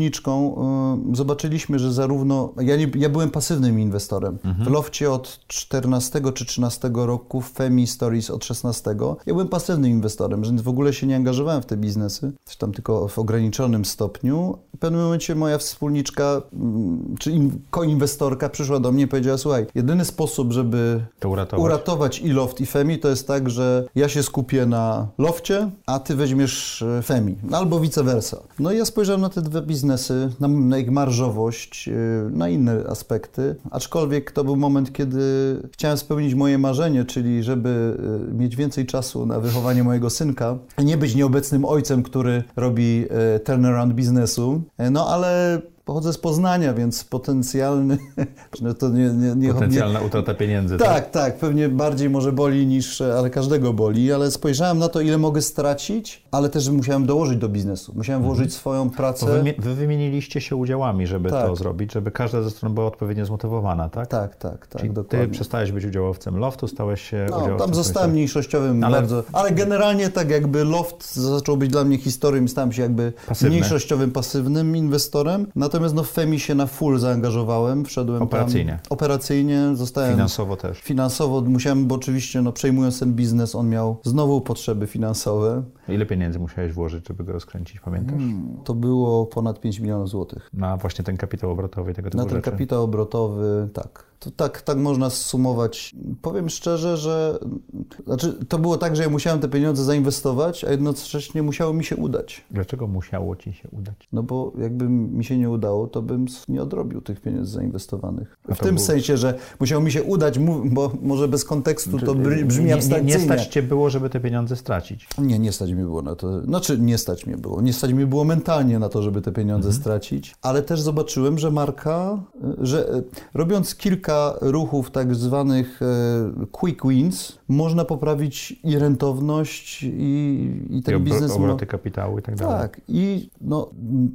Speaker 5: y, zobaczyliśmy, że zarówno, ja, nie, ja byłem pasywnym inwestorem.
Speaker 2: Mhm.
Speaker 5: W Lofcie od czternastego czy trzynastego roku, w Femi Stories od szesnastego. Ja byłem pasywnym inwestorem, więc w ogóle się nie angażowałem w te biznesy, czy tam tylko w ograniczonym stopniu. W pewnym momencie moja wspólniczka, y, czy in, koinwestorka przyszła do mnie i powiedziała, słuchaj, jedyny sposób, żeby
Speaker 2: To uratować.
Speaker 5: uratować i Loft, i Femi, to jest tak, że ja się skupię na Lofcie, a ty weźmiesz e, Femi, albo vice versa. No i ja spojrzałem na te dwa biznesy, na, na ich marżowość, e, na inne aspekty, aczkolwiek to był moment, kiedy chciałem spełnić moje marzenie, czyli żeby e, mieć więcej czasu na wychowanie mojego synka, a nie być nieobecnym ojcem, który robi e, turnaround biznesu, e, no ale pochodzę z Poznania, więc potencjalny, no to nie, nie, nie
Speaker 2: Potencjalna utrata pieniędzy.
Speaker 5: tak, tak, pewnie bardziej może boli niż, ale każdego boli, ale spojrzałem na to, ile mogę stracić, ale też musiałem dołożyć do biznesu. Musiałem włożyć swoją
Speaker 2: Bo
Speaker 5: pracę.
Speaker 2: wy, wy wymieniliście się udziałami, żeby
Speaker 5: Tak.
Speaker 2: to zrobić, żeby każda ze stron była odpowiednio zmotywowana, tak?
Speaker 5: Tak, tak, tak,
Speaker 2: Czyli
Speaker 5: dokładnie.
Speaker 2: ty przestałeś być udziałowcem Loftu, stałeś się
Speaker 5: No,
Speaker 2: udziałowcem...
Speaker 5: tam zostałem
Speaker 2: Femi.
Speaker 5: mniejszościowym
Speaker 2: Ale-
Speaker 5: bardzo, ale generalnie tak jakby Loft zaczął być dla mnie historią i stałem się jakby
Speaker 2: Pasywny.
Speaker 5: mniejszościowym, pasywnym inwestorem. Natomiast no w Femi się na full zaangażowałem, wszedłem
Speaker 2: Operacyjnie.
Speaker 5: tam. Operacyjnie. Zostałem
Speaker 2: Finansowo też.
Speaker 5: Finansowo musiałem, bo oczywiście no, przejmując ten biznes, on miał znowu potrzeby finansowe.
Speaker 2: Ile pieniędzy musiałeś włożyć, żeby go rozkręcić, pamiętasz?
Speaker 5: To było ponad pięć milionów złotych.
Speaker 2: Na właśnie ten kapitał obrotowy i tego typu
Speaker 5: Na ten
Speaker 2: rzeczy.
Speaker 5: kapitał obrotowy, tak. To tak, tak można zsumować. Powiem szczerze, że znaczy, to było tak, że ja musiałem te pieniądze zainwestować, a jednocześnie musiało mi się udać.
Speaker 2: Dlaczego musiało ci się udać?
Speaker 5: No bo jakby mi się nie udało, to bym nie odrobił tych pieniędzy zainwestowanych.
Speaker 2: A
Speaker 5: W
Speaker 2: to
Speaker 5: tym
Speaker 2: był-
Speaker 5: sensie, że musiało mi się udać, mów- bo może bez kontekstu to br- brzmi
Speaker 2: nie, nie,
Speaker 5: abstrakcyjnie.
Speaker 2: nie stać cię było, żeby te pieniądze stracić.
Speaker 5: Nie, nie stać mi było na to. Znaczy, nie stać mnie było. Nie stać mi było mentalnie na to, żeby te pieniądze
Speaker 2: Mhm.
Speaker 5: stracić, ale też zobaczyłem, że marka, że e, robiąc kilka ruchów tak zwanych e, quick wins, można poprawić i rentowność, i, i ten
Speaker 2: I obro-
Speaker 5: biznes... mo-
Speaker 2: obroty kapitału i tak dalej.
Speaker 5: Tak. I no,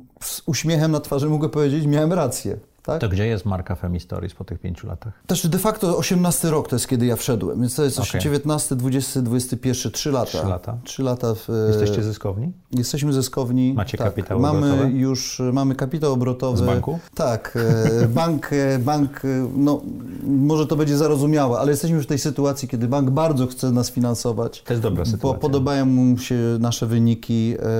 Speaker 5: z uśmiechem na twarzy mogę powiedzieć, miałem rację. Tak?
Speaker 2: To gdzie jest marka Femi Stories po tych pięciu latach?
Speaker 5: Też de facto osiemnasty rok to jest, kiedy ja wszedłem, więc to jest
Speaker 2: Okej.
Speaker 5: dziewiętnasty, dwudziesty, dwudziesty pierwszy, trzy lata.
Speaker 2: Trzy lata.
Speaker 5: Trzy lata w,
Speaker 2: Jesteście zyskowni?
Speaker 5: Jesteśmy zyskowni.
Speaker 2: Macie
Speaker 5: tak,
Speaker 2: kapitał
Speaker 5: mamy
Speaker 2: obrotowy?
Speaker 5: już Mamy kapitał obrotowy.
Speaker 2: Z banku?
Speaker 5: Tak. e, Bank, e, bank, e, no może to będzie zarozumiałe, ale jesteśmy już w tej sytuacji, kiedy bank bardzo chce nas finansować.
Speaker 2: To jest dobra
Speaker 5: Bo
Speaker 2: sytuacja.
Speaker 5: podobają mu się nasze wyniki. E,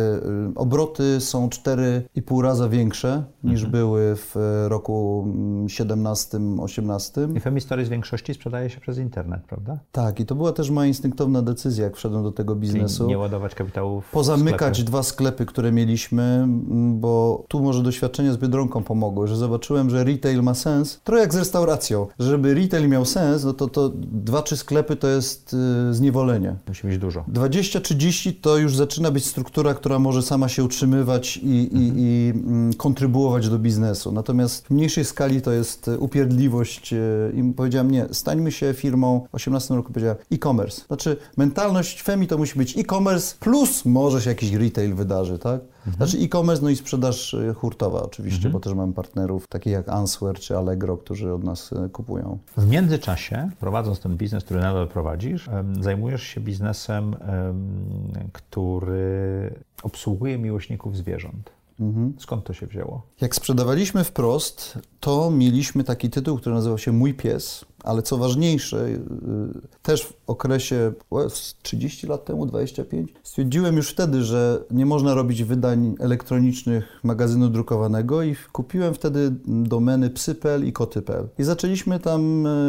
Speaker 5: e, Obroty są cztery i pół raza większe niż
Speaker 2: Mhm.
Speaker 5: były w roku siedemnastym, osiemnastym.
Speaker 2: I Femi Stories w większości sprzedaje się przez internet, prawda?
Speaker 5: Tak, i to była też moja instynktowna decyzja, jak wszedłem do tego
Speaker 2: Czyli
Speaker 5: biznesu.
Speaker 2: nie ładować kapitału w
Speaker 5: Pozamykać
Speaker 2: sklepy.
Speaker 5: dwa sklepy, które mieliśmy, m, bo tu może doświadczenia z Biedronką pomogły, że zobaczyłem, że retail ma sens. Trochę jak z restauracją. Żeby retail miał sens, no to, to dwa, trzy sklepy to jest y, zniewolenie.
Speaker 2: Musi mieć dużo.
Speaker 5: dwadzieścia trzydzieści to już zaczyna być struktura, która może sama się utrzymywać i, i, i mm, kontrybuować do biznesu. Natomiast w mniejszej skali to jest upierdliwość y, i powiedziałem, nie, stańmy się firmą, w osiemnastym roku powiedziałem e-commerce. Znaczy mentalność Femi to musi być e-commerce plus może się jakiś retail wydarzy, tak? Znaczy e-commerce, no i sprzedaż y, hurtowa oczywiście,
Speaker 2: Mhm.
Speaker 5: bo też mamy partnerów takich jak Answer czy Allegro, którzy od nas y, kupują.
Speaker 2: W międzyczasie, prowadząc ten biznes, który nadal prowadzisz, em, zajmujesz się biznesem, em, który obsługuje miłośników zwierząt.
Speaker 5: Mhm.
Speaker 2: Skąd to się wzięło?
Speaker 5: Jak sprzedawaliśmy wprost, to to mieliśmy taki tytuł, który nazywał się Mój Pies, ale co ważniejsze, yy, też w okresie trzydzieści lat temu, dwadzieścia pięć, stwierdziłem już wtedy, że nie można robić wydań elektronicznych magazynu drukowanego i kupiłem wtedy domeny psy kropka p l i koty kropka p l. I zaczęliśmy tam yy,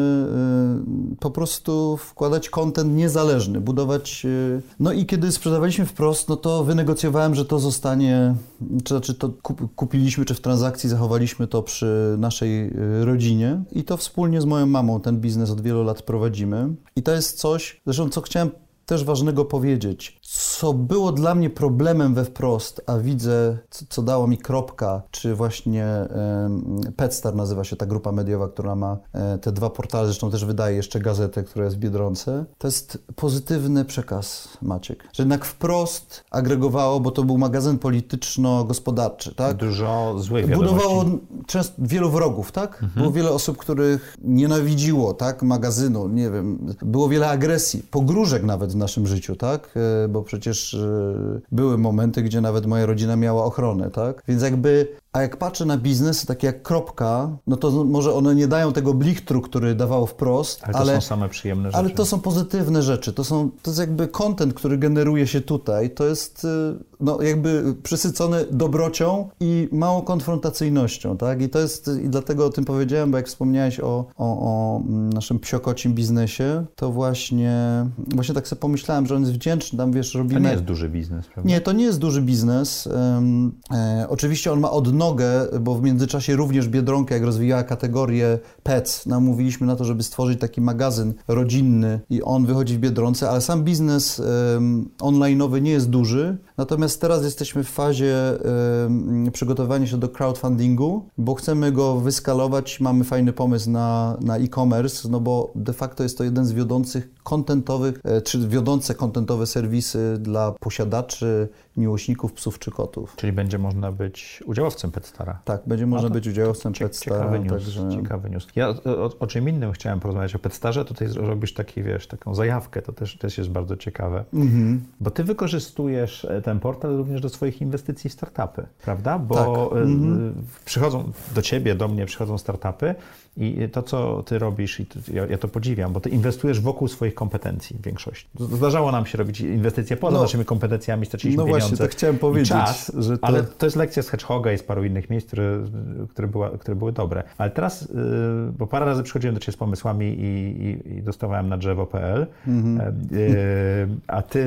Speaker 5: yy, po prostu wkładać content niezależny, budować... Yy. No i kiedy sprzedawaliśmy wprost, no to wynegocjowałem, że to zostanie, czy znaczy to kup, kupiliśmy, czy w transakcji zachowaliśmy to przy naszej yy, rodzinie i to wspólnie z moją mamą ten biznes od wielu lat prowadzimy. I to jest coś, zresztą co chciałem też ważnego powiedzieć, co było dla mnie problemem we wprost, a widzę, co, co dało mi Kropka, czy właśnie e, Petstar nazywa się ta grupa mediowa, która ma e, te dwa portale, zresztą też wydaje jeszcze gazetę, która jest w Biedronce. To jest pozytywny przekaz, Maciek, że jednak wprost agregowało, bo to był magazyn polityczno-gospodarczy, tak?
Speaker 2: Dużo złych wiadomości.
Speaker 5: Budowało często wielu wrogów, tak? Mhm. Było wiele osób, których nienawidziło, tak? Magazynu, nie wiem, było wiele agresji, pogróżek nawet w naszym życiu, tak? Bo przecież były momenty, gdzie nawet moja rodzina miała ochronę, tak? Więc jakby, a jak patrzę na biznesy takie jak Kropka, no to może one nie dają tego blichtru, który dawało wprost,
Speaker 2: ale to
Speaker 5: ale,
Speaker 2: są same przyjemne rzeczy.
Speaker 5: Ale to są pozytywne rzeczy, to są, to jest jakby content, który generuje się tutaj, to jest no jakby przysycony dobrocią i małą konfrontacyjnością, tak? I to jest, i dlatego o tym powiedziałem, bo jak wspomniałeś o, o, o naszym psiokocim biznesie, to właśnie, właśnie tak sobie pomyślałem, że on jest wdzięczny, tam wiesz, robimy...
Speaker 2: To nie jest duży biznes, prawda?
Speaker 5: Nie, to nie jest duży biznes. Um, e, oczywiście on ma odnogę, bo w międzyczasie również Biedronka, jak rozwijała kategorię pets, namówiliśmy na to, żeby stworzyć taki magazyn rodzinny i on wychodzi w Biedronce, ale sam biznes um, online'owy nie jest duży, natomiast teraz jesteśmy w fazie um, przygotowania się do crowdfundingu, bo chcemy go wyskalować, mamy fajny pomysł na, na e-commerce, no bo de facto jest to jeden z wiodących kontentowych, czy wiodące kontentowe serwisy dla posiadaczy, miłośników psów czy kotów.
Speaker 2: Czyli będzie można być udziałowcem Petstara.
Speaker 5: Tak, będzie można no być udziałowcem Petstara.
Speaker 2: Ciekawy news,
Speaker 5: także...
Speaker 2: ciekawy news. Ja o, o czym innym chciałem porozmawiać, o Petstarze, tutaj robisz taki, wiesz, taką zajawkę, to też, też jest bardzo ciekawe. Mm-hmm. Bo ty wykorzystujesz ten portal również do swoich inwestycji w startupy, prawda? Bo tak. mm-hmm. przychodzą do ciebie, do mnie przychodzą startupy i to, co ty robisz, i to, ja, ja to podziwiam, bo ty inwestujesz wokół swoich kompetencji w większości. Zdarzało nam się robić inwestycje poza no, naszymi kompetencjami, straciliśmy
Speaker 5: no
Speaker 2: pieniądze.
Speaker 5: Właśnie, tak chciałem powiedzieć.
Speaker 2: Czas,
Speaker 5: że to...
Speaker 2: Ale to jest lekcja z Hedgehoga i z paru innych miejsc, które, które, była, które były dobre. Ale teraz, yy, bo parę razy przychodziłem do ciebie z pomysłami i, i, i dostawałem na drzewo kropka p l, mm-hmm. yy, a ty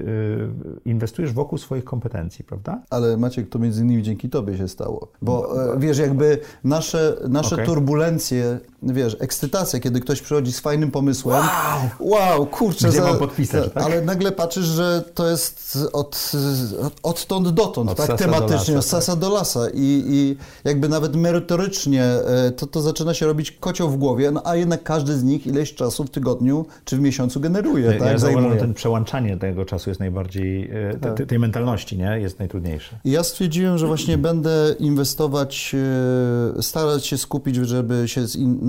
Speaker 2: yy, inwestujesz wokół swoich kompetencji, prawda?
Speaker 5: Ale Maciek, to między innymi dzięki tobie się stało. Bo yy, wiesz, jakby nasze, nasze okay. turbulencje, wiesz, ekscytacja, kiedy ktoś przychodzi z fajnym pomysłem.
Speaker 2: Wow,
Speaker 5: wow kurczę.
Speaker 2: Gdzie
Speaker 5: za,
Speaker 2: mam podpisać, tak?
Speaker 5: Ale nagle patrzysz, że to jest od, odtąd dotąd,
Speaker 2: od
Speaker 5: tak tematycznie, od sasa do lasa i, i jakby nawet merytorycznie to, to zaczyna się robić kocioł w głowie, no a jednak każdy z nich ileś czasu w tygodniu czy w miesiącu generuje,
Speaker 2: ja,
Speaker 5: tak?
Speaker 2: Ja zauważam, ten przełączanie tego czasu jest najbardziej, te, te, tej mentalności, nie? Jest najtrudniejsze.
Speaker 5: I ja stwierdziłem, że właśnie będę inwestować, starać się skupić, żeby się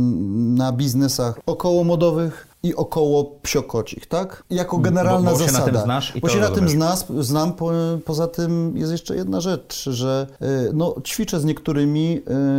Speaker 5: na biznesach okołomodowych i około psiokocich, tak? Jako generalna
Speaker 2: bo, bo
Speaker 5: zasada.
Speaker 2: Bo się na tym znasz i
Speaker 5: Bo
Speaker 2: to
Speaker 5: się na tym
Speaker 2: znasz,
Speaker 5: znam, po, poza tym jest jeszcze jedna rzecz, że no, ćwiczę z niektórymi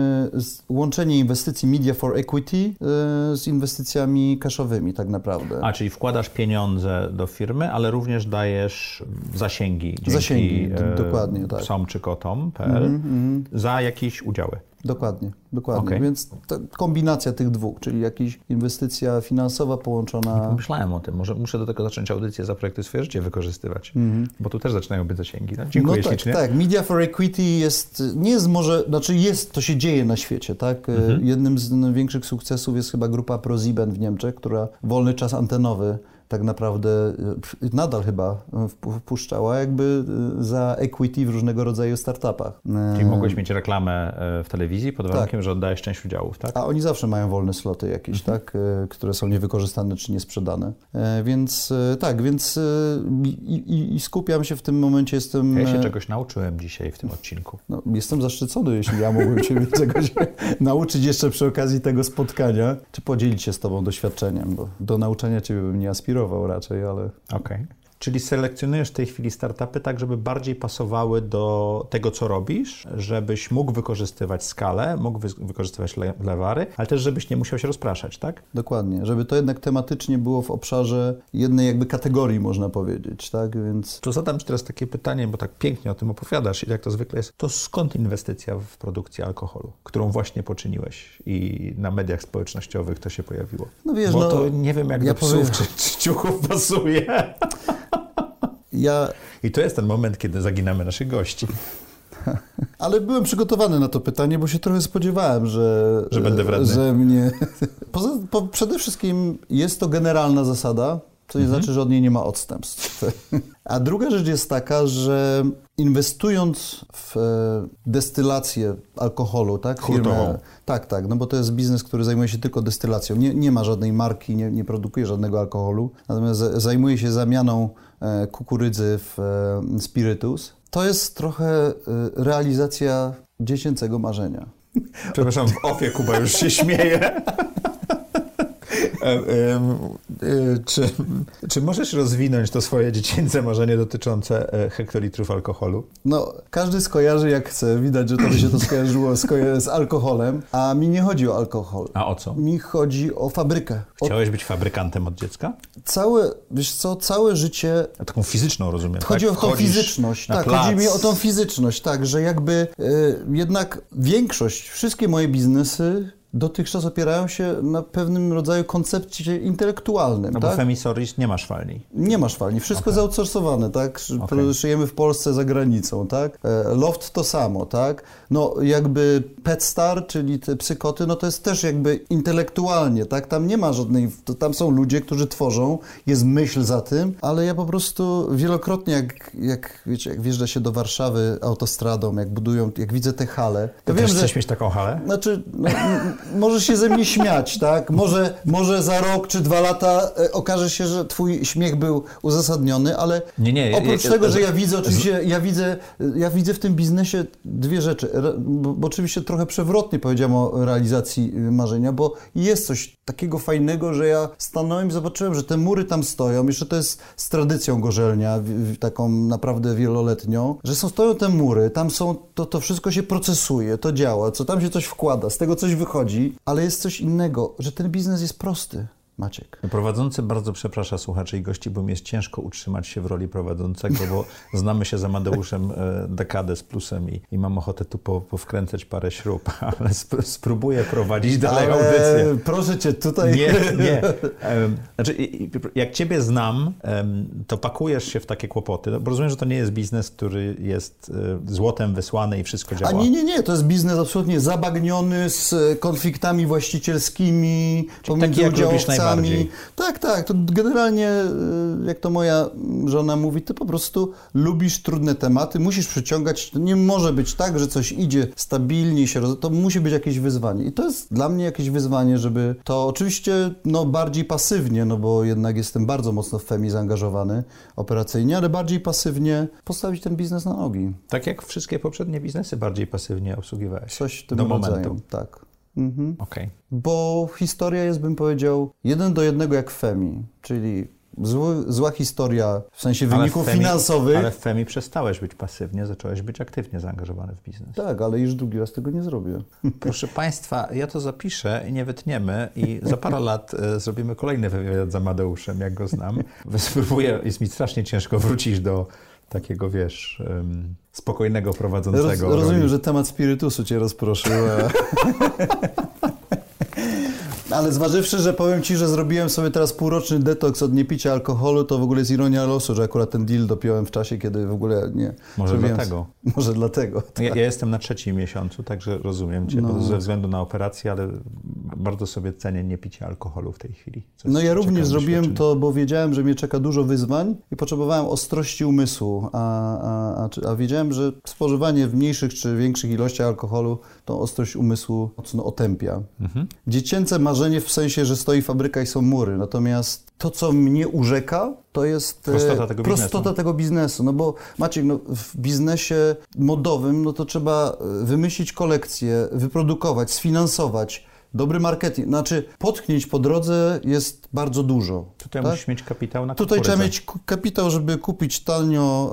Speaker 5: z, łączenie inwestycji Media for Equity z inwestycjami cashowymi tak naprawdę.
Speaker 2: A, czyli wkładasz pieniądze do firmy, ale również dajesz zasięgi dzięki
Speaker 5: zasięgi, d- dokładnie, tak.
Speaker 2: psom czy kotom kropka p l mm-hmm. za jakieś udziały.
Speaker 5: Dokładnie, dokładnie. Okay. Więc to kombinacja tych dwóch, czyli jakaś inwestycja finansowa połączona...
Speaker 2: Nie pomyślałem o tym, może muszę do tego zacząć audycję Zaprojektuj swoje życie wykorzystywać, mm-hmm. bo tu też zaczynają być zasięgi. No, dziękuję
Speaker 5: no tak,
Speaker 2: ślicznie.
Speaker 5: Tak, Media for Equity jest, nie jest może, znaczy jest, to się dzieje na świecie, tak? Mm-hmm. Jednym z największych sukcesów jest chyba grupa ProSieben w Niemczech, która wolny czas antenowy tak naprawdę nadal chyba wpuszczała jakby za equity w różnego rodzaju startupach.
Speaker 2: Czyli mogłeś mieć reklamę w telewizji pod warunkiem, tak. że oddajesz część udziałów, tak?
Speaker 5: A oni zawsze mają wolne sloty jakieś, mhm. tak? Które są niewykorzystane czy niesprzedane. Więc tak, więc i, i skupiam się w tym momencie, jestem...
Speaker 2: Ja się czegoś nauczyłem dzisiaj w tym odcinku.
Speaker 5: No, jestem zaszczycony, jeśli ja mógłbym Ciebie czegoś nauczyć jeszcze przy okazji tego spotkania, czy podzielić się z Tobą doświadczeniem, bo do nauczania Ciebie bym nie aspirował raczej, ale...
Speaker 2: Okej. Okay. Czyli selekcjonujesz w tej chwili startupy tak, żeby bardziej pasowały do tego, co robisz, żebyś mógł wykorzystywać skalę, mógł wy- wykorzystywać le- lewary, ale też żebyś nie musiał się rozpraszać, tak?
Speaker 5: Dokładnie, żeby to jednak tematycznie było w obszarze jednej jakby kategorii, można powiedzieć, tak, więc...
Speaker 2: To zadam Ci teraz takie pytanie, bo tak pięknie o tym opowiadasz i jak to zwykle jest, to skąd inwestycja w produkcję alkoholu, którą właśnie poczyniłeś i na mediach społecznościowych to się pojawiło?
Speaker 5: No wiesz,
Speaker 2: bo
Speaker 5: no...
Speaker 2: to nie wiem, jak
Speaker 5: ja
Speaker 2: do psów
Speaker 5: powiem...
Speaker 2: czy, czy ciuchów pasuje.
Speaker 5: Ja...
Speaker 2: I to jest ten moment, kiedy zaginamy naszych gości.
Speaker 5: Ale byłem przygotowany na to pytanie, bo się trochę spodziewałem, że...
Speaker 2: Że będę wredny.
Speaker 5: Że mnie... Poza, po, przede wszystkim jest to generalna zasada, co nie mhm. znaczy, że od niej nie ma odstępstw. A druga rzecz jest taka, że inwestując w destylację alkoholu, tak?
Speaker 2: Hurtową.
Speaker 5: Tak, tak, no bo to jest biznes, który zajmuje się tylko destylacją. Nie, nie ma żadnej marki, nie, nie produkuje żadnego alkoholu, natomiast zajmuje się zamianą kukurydzy w spirytus. To jest trochę realizacja dziecięcego marzenia.
Speaker 2: Przepraszam, w ofie Kuba już się śmieje. Czy, czy możesz rozwinąć to swoje dziecięce marzenie dotyczące hektolitrów alkoholu?
Speaker 5: No, każdy skojarzy jak chce. Widać, że to by się to skojarzyło z, z alkoholem, a mi nie chodzi o alkohol.
Speaker 2: A o co?
Speaker 5: Mi chodzi o fabrykę.
Speaker 2: Chciałeś
Speaker 5: o...
Speaker 2: być fabrykantem od dziecka?
Speaker 5: Całe, wiesz co, całe życie...
Speaker 2: A taką fizyczną rozumiem,
Speaker 5: Chodzi
Speaker 2: tak?
Speaker 5: o tą
Speaker 2: Wchodzisz
Speaker 5: fizyczność, tak,
Speaker 2: plac.
Speaker 5: Chodzi mi o tą fizyczność, tak, że jakby y, jednak większość, wszystkie moje biznesy dotychczas opierają się na pewnym rodzaju koncepcie intelektualnym.
Speaker 2: No
Speaker 5: tak?
Speaker 2: bo Femisoris nie ma szwalni.
Speaker 5: Nie ma szwalni. Wszystko okay. jest outsourcowane, tak? Okay. Szyjemy w Polsce, za granicą, tak? Loft to samo, tak? No jakby PetStar, czyli te psykoty, no to jest też jakby intelektualnie, tak? Tam nie ma żadnej, tam są ludzie, którzy tworzą, jest myśl za tym, ale ja po prostu wielokrotnie, jak, jak wiecie, jak wjeżdża się do Warszawy autostradą, jak budują, jak widzę te hale.
Speaker 2: To
Speaker 5: ja
Speaker 2: też
Speaker 5: wiem,
Speaker 2: chcesz
Speaker 5: że,
Speaker 2: mieć taką halę?
Speaker 5: Znaczy, no, możesz się ze mnie śmiać, tak? Może, może za rok czy dwa lata e, okaże się, że twój śmiech był uzasadniony, ale
Speaker 2: nie, nie,
Speaker 5: oprócz
Speaker 2: ja,
Speaker 5: tego,
Speaker 2: ja,
Speaker 5: że ja widzę oczywiście, ja widzę, ja widzę w tym biznesie dwie rzeczy, bo, bo oczywiście trochę przewrotnie powiedziałem o realizacji marzenia, bo jest coś takiego fajnego, że ja stanąłem i zobaczyłem, że te mury tam stoją, jeszcze to jest z tradycją Gorzelnia, taką naprawdę wieloletnią, że są, stoją te mury, tam są, to, to wszystko się procesuje, to działa, co tam się coś wkłada, z tego coś wychodzi, ale jest coś innego, że ten biznes jest prosty. Maciek.
Speaker 2: Prowadzący bardzo przeprasza słuchaczy i gości, bo mi jest ciężko utrzymać się w roli prowadzącego, bo znamy się z Amadeuszem dekadę z plusem i, i mam ochotę tu po, powkręcać parę śrub, ale sp- spróbuję prowadzić dalej ale audycję.
Speaker 5: Proszę cię, tutaj...
Speaker 2: Nie, nie. Znaczy, jak ciebie znam, to pakujesz się w takie kłopoty, bo rozumiem, że to nie jest biznes, który jest złotem wysłany i wszystko działa.
Speaker 5: A nie, nie, nie, to jest biznes absolutnie zabagniony z konfliktami właścicielskimi, pomiędzy udziałowcami. Tak, tak, to generalnie, jak to moja żona mówi, ty po prostu lubisz trudne tematy, musisz przyciągać, to nie może być tak, że coś idzie stabilnie, się roz... to musi być jakieś wyzwanie. I to jest dla mnie jakieś wyzwanie, żeby to oczywiście no, bardziej pasywnie, no bo jednak jestem bardzo mocno w Femi zaangażowany operacyjnie, ale bardziej pasywnie postawić ten biznes na nogi.
Speaker 2: Tak jak wszystkie poprzednie biznesy bardziej pasywnie obsługiwałeś.
Speaker 5: Coś w tym
Speaker 2: do
Speaker 5: rodzaju,
Speaker 2: momentu.
Speaker 5: tak. Mhm.
Speaker 2: Okay.
Speaker 5: Bo historia jest, bym powiedział, jeden do jednego jak Femi, czyli zły, zła historia w sensie wyników
Speaker 2: Femi,
Speaker 5: finansowych.
Speaker 2: Ale w Femi przestałeś być pasywnie, zacząłeś być aktywnie zaangażowany w biznes.
Speaker 5: Tak, ale już drugi raz tego nie zrobię.
Speaker 2: Proszę Państwa, ja to zapiszę i nie wytniemy i za parę lat e, zrobimy kolejny wywiad z Amadeuszem, jak go znam. Spróbuję, jest mi strasznie ciężko wrócić do takiego, wiesz, um, spokojnego prowadzącego.
Speaker 5: Roz, rozumiem,
Speaker 2: roli.
Speaker 5: że temat spirytusu cię rozproszył. A... Ale zważywszy, że powiem ci, że zrobiłem sobie teraz półroczny detoks od niepicia alkoholu, to w ogóle jest ironia losu, że akurat ten deal dopiąłem w czasie, kiedy w ogóle nie...
Speaker 2: Może dlatego.
Speaker 5: Może dlatego. Tak.
Speaker 2: Ja, ja jestem na trzecim miesiącu, także rozumiem cię,
Speaker 5: no.
Speaker 2: bo ze względu na operację, ale bardzo sobie cenię niepicie alkoholu w tej chwili.
Speaker 5: No ja również zrobiłem to, bo wiedziałem, że mnie czeka dużo wyzwań i potrzebowałem ostrości umysłu, a, a, a, a wiedziałem, że spożywanie w mniejszych czy większych ilościach alkoholu tą ostrość umysłu mocno otępia. Mhm. Dziecięce marzenie w sensie, że stoi fabryka i są mury, natomiast to, co mnie urzeka, to jest
Speaker 2: prostota tego,
Speaker 5: prostota
Speaker 2: biznesu.
Speaker 5: tego biznesu. No bo Maciek, no, w biznesie modowym no to trzeba wymyślić kolekcję, wyprodukować, sfinansować, dobry marketing. Znaczy, potknięć po drodze jest bardzo dużo.
Speaker 2: Tutaj
Speaker 5: tak?
Speaker 2: musisz mieć kapitał na
Speaker 5: Tutaj
Speaker 2: kukurydzę.
Speaker 5: trzeba mieć kapitał, żeby kupić tanio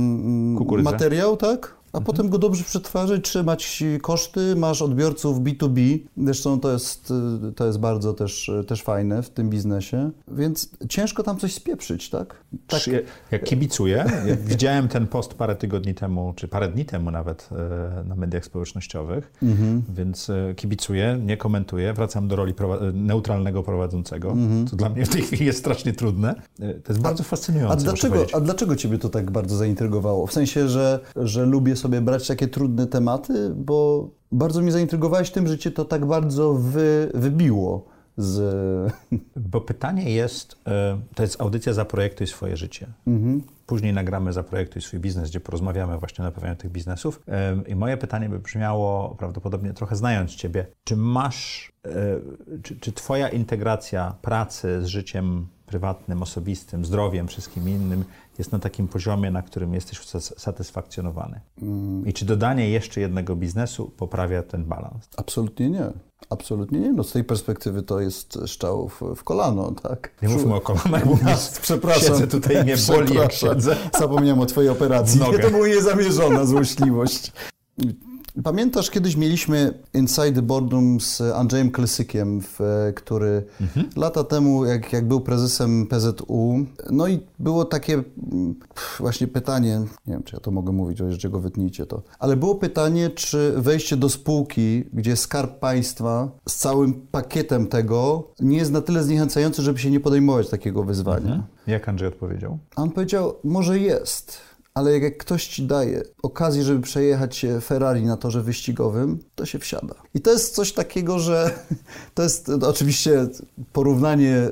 Speaker 5: um, materiał, tak? A mhm. potem go dobrze przetwarzać, trzymać koszty, masz odbiorców B to B. Zresztą to jest, to jest bardzo też, też fajne w tym biznesie. Więc ciężko tam coś spieprzyć, tak? tak.
Speaker 2: Ja, ja kibicuję. Ja widziałem ten post parę tygodni temu, czy parę dni temu nawet na mediach społecznościowych, mhm. więc kibicuję, nie komentuję, wracam do roli prowa- neutralnego prowadzącego, mhm. co dla mnie w tej chwili jest strasznie trudne. To jest bardzo
Speaker 5: a,
Speaker 2: fascynujące.
Speaker 5: A dlaczego, a dlaczego ciebie to tak bardzo zaintrygowało? W sensie, że, że lubię sobie brać takie trudne tematy, bo bardzo mnie zaintrygowałeś tym, że cię to tak bardzo wy, wybiło z...
Speaker 2: Bo pytanie jest, to jest audycja Zaprojektuj swoje życie.
Speaker 5: Mhm.
Speaker 2: Później nagramy Zaprojektuj swój biznes, gdzie porozmawiamy właśnie o napełnianiu tych biznesów. I moje pytanie by brzmiało, prawdopodobnie trochę znając ciebie, czy masz, czy, czy twoja integracja pracy z życiem prywatnym, osobistym, zdrowiem, wszystkim innym jest na takim poziomie, na którym jesteś satysfakcjonowany? Mm. I czy dodanie jeszcze jednego biznesu poprawia ten balans?
Speaker 5: Absolutnie nie. Absolutnie nie. No z tej perspektywy to jest strzał w, w kolano, tak?
Speaker 2: Nie mówmy o kolanach, bo
Speaker 5: ja, przepraszam.
Speaker 2: Siedzę tutaj, mnie boli, jak siedzę.
Speaker 5: Zapomniałem o twojej operacji. To była niezamierzona złośliwość. Pamiętasz, kiedyś mieliśmy Inside the Boardroom z Andrzejem Klesykiem, w, który mhm. lata temu, jak, jak był prezesem P Z U, no i było takie właśnie pytanie, nie wiem, czy ja to mogę mówić, że go wytnijcie to, ale było pytanie, czy wejście do spółki, gdzie Skarb Państwa z całym pakietem tego nie jest na tyle zniechęcający, żeby się nie podejmować takiego wyzwania. Mhm.
Speaker 2: Jak Andrzej odpowiedział?
Speaker 5: A on powiedział, może jest. Ale jak ktoś ci daje okazję, żeby przejechać się Ferrari na torze wyścigowym, to się wsiada. I to jest coś takiego, że to jest to oczywiście porównanie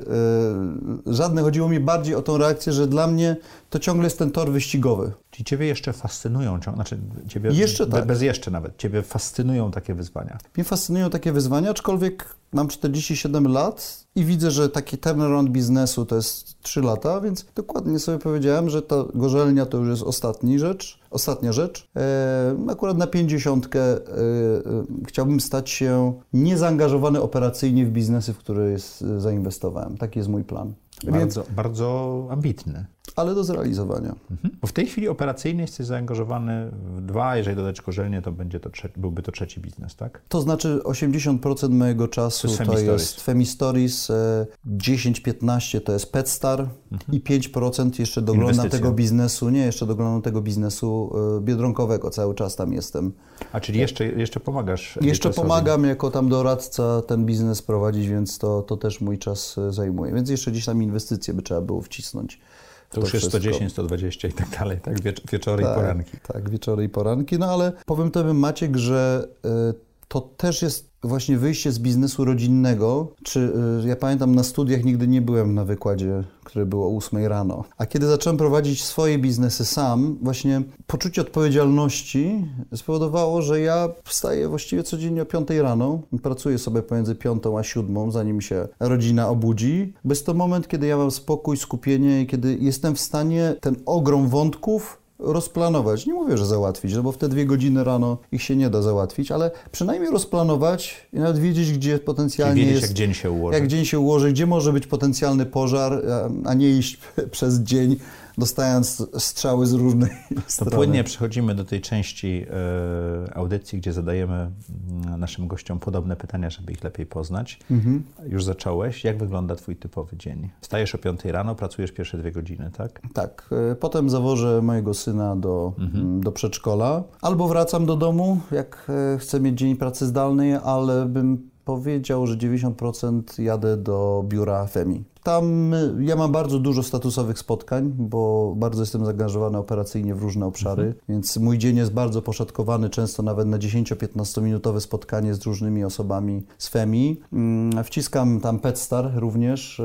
Speaker 5: yy, żadne. Chodziło mi bardziej o tą reakcję, że dla mnie to ciągle jest ten tor wyścigowy.
Speaker 2: Czyli ciebie jeszcze fascynują, znaczy ciebie
Speaker 5: jeszcze
Speaker 2: be,
Speaker 5: tak.
Speaker 2: bez jeszcze nawet, ciebie fascynują takie wyzwania.
Speaker 5: Mnie fascynują takie wyzwania, aczkolwiek mam czterdzieści siedem lat i widzę, że taki turnaround biznesu to jest trzy lata, więc dokładnie sobie powiedziałem, że ta gorzelnia to już jest ostatni rzecz, ostatnia rzecz. E, akurat na pięćdziesiątkę e, e, chciałbym stać się niezaangażowany operacyjnie w biznesy, w które jest, zainwestowałem. Taki jest mój plan.
Speaker 2: Bardzo,
Speaker 5: Więc,
Speaker 2: bardzo ambitny.
Speaker 5: Ale do zrealizowania.
Speaker 2: Mhm. Bo w tej chwili operacyjnie jesteś zaangażowany w dwa, jeżeli dodać gorzelnię, to będzie to trzeci, byłby to trzeci biznes, tak?
Speaker 5: To znaczy osiemdziesiąt procent mojego czasu to jest, to jest Femistories, dziesięć piętnaście to jest Petstar mhm. i pięć procent jeszcze doglądam tego biznesu, nie, jeszcze doglądam tego biznesu biedronkowego, cały czas tam jestem.
Speaker 2: A czyli jeszcze, jeszcze pomagasz?
Speaker 5: Jeszcze pomagam jako tam doradca ten biznes prowadzić, więc to, to też mój czas zajmuje. Więc jeszcze gdzieś tam inwestycje by trzeba było wcisnąć.
Speaker 2: To, to już jest sto dziesięć, sto dwadzieścia i tak dalej, tak? Wiecz- wieczory
Speaker 5: tak,
Speaker 2: i poranki.
Speaker 5: Tak, wieczory i poranki, no ale powiem tobie, Maciek, że y, to też jest właśnie wyjście z biznesu rodzinnego. Czy y, ja pamiętam, na studiach nigdy nie byłem na wykładzie, który było o ósmej rano. A kiedy zacząłem prowadzić swoje biznesy sam, właśnie poczucie odpowiedzialności spowodowało, że ja wstaję właściwie codziennie o piątej rano, pracuję sobie pomiędzy piątą a siódmą, zanim się rodzina obudzi. Bez to moment, kiedy ja mam spokój, skupienie i kiedy jestem w stanie ten ogrom wątków rozplanować. Nie mówię, że załatwić, no bo w te dwie godziny rano ich się nie da załatwić, ale przynajmniej rozplanować i nawet wiedzieć, gdzie potencjalnie
Speaker 2: Czyli wiedzieć,
Speaker 5: jest...
Speaker 2: jak dzień się ułoży.
Speaker 5: Jak dzień się ułoży, gdzie może być potencjalny pożar, a nie iść przez dzień, dostając strzały z różnej
Speaker 2: to
Speaker 5: strony.
Speaker 2: To płynnie przechodzimy do tej części y, audycji, gdzie zadajemy y, naszym gościom podobne pytania, żeby ich lepiej poznać. Mhm. Już zacząłeś. Jak wygląda twój typowy dzień? Wstajesz o piątej rano, pracujesz pierwsze dwie godziny, tak?
Speaker 5: Tak. Y, potem zawożę mojego syna do, mhm. y, do przedszkola. Albo wracam do domu, jak y, chcę mieć dzień pracy zdalnej, ale bym powiedział, że dziewięćdziesiąt procent jadę do biura Femi. Tam ja mam bardzo dużo statusowych spotkań, bo bardzo jestem zaangażowany operacyjnie w różne obszary, mhm. więc mój dzień jest bardzo poszatkowany, często nawet na dziesięcio-piętnastominutowe spotkanie z różnymi osobami z Femi. Wciskam tam Petstar również,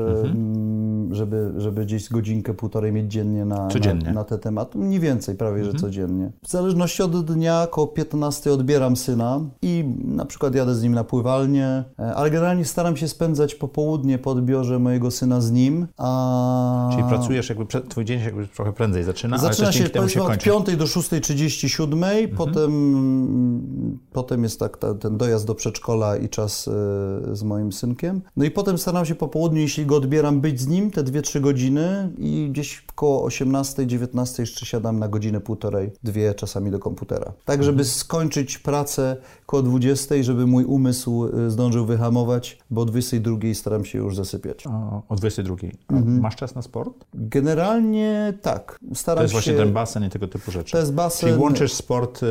Speaker 5: mhm. żeby, żeby gdzieś godzinkę, półtorej mieć dziennie na, na, na te tematy. Mniej więcej, prawie mhm. że codziennie. W zależności od dnia, koło piętnastej odbieram syna i na przykład jadę z nim na pływalnię, ale generalnie staram się spędzać popołudnie po odbiorze mojego syna z nim. A...
Speaker 2: Czyli pracujesz, jakby twój dzień się jakby trochę prędzej zaczyna,
Speaker 5: zaczyna
Speaker 2: ale
Speaker 5: się
Speaker 2: temu się
Speaker 5: od piątej do szóstej trzydzieści siedem, mhm. potem Potem jest tak ta, ten dojazd do przedszkola i czas y, z moim synkiem. No i potem staram się po południu, jeśli go odbieram, być z nim te dwie trzy godziny i gdzieś koło osiemnastej dziewiętnastej jeszcze siadam na godzinę, półtorej, dwie czasami do komputera. Tak, żeby mhm. skończyć pracę koło dwudziestej, żeby mój umysł y, zdążył wyhamować, bo o dwudziestej drugiej staram się już zasypiać.
Speaker 2: O, o dwudziestej drugiej.
Speaker 5: Mhm.
Speaker 2: Masz czas na sport?
Speaker 5: Generalnie tak. Staram
Speaker 2: to jest
Speaker 5: się...
Speaker 2: właśnie ten basen i tego typu rzeczy.
Speaker 5: To jest basen.
Speaker 2: Czyli łączysz sport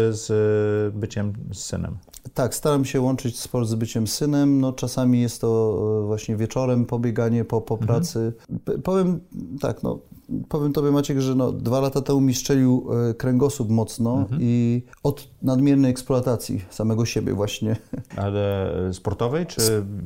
Speaker 2: z byciem z synem.
Speaker 5: Tak, staram się łączyć sport z byciem synem. No, czasami jest to właśnie wieczorem pobieganie po, po pracy. Mhm. Powiem tak, no, powiem tobie, Maciek, że no, dwa lata temu mi strzelił kręgosłup mocno mhm. i od nadmiernej eksploatacji samego siebie właśnie.
Speaker 2: Ale sportowej czy...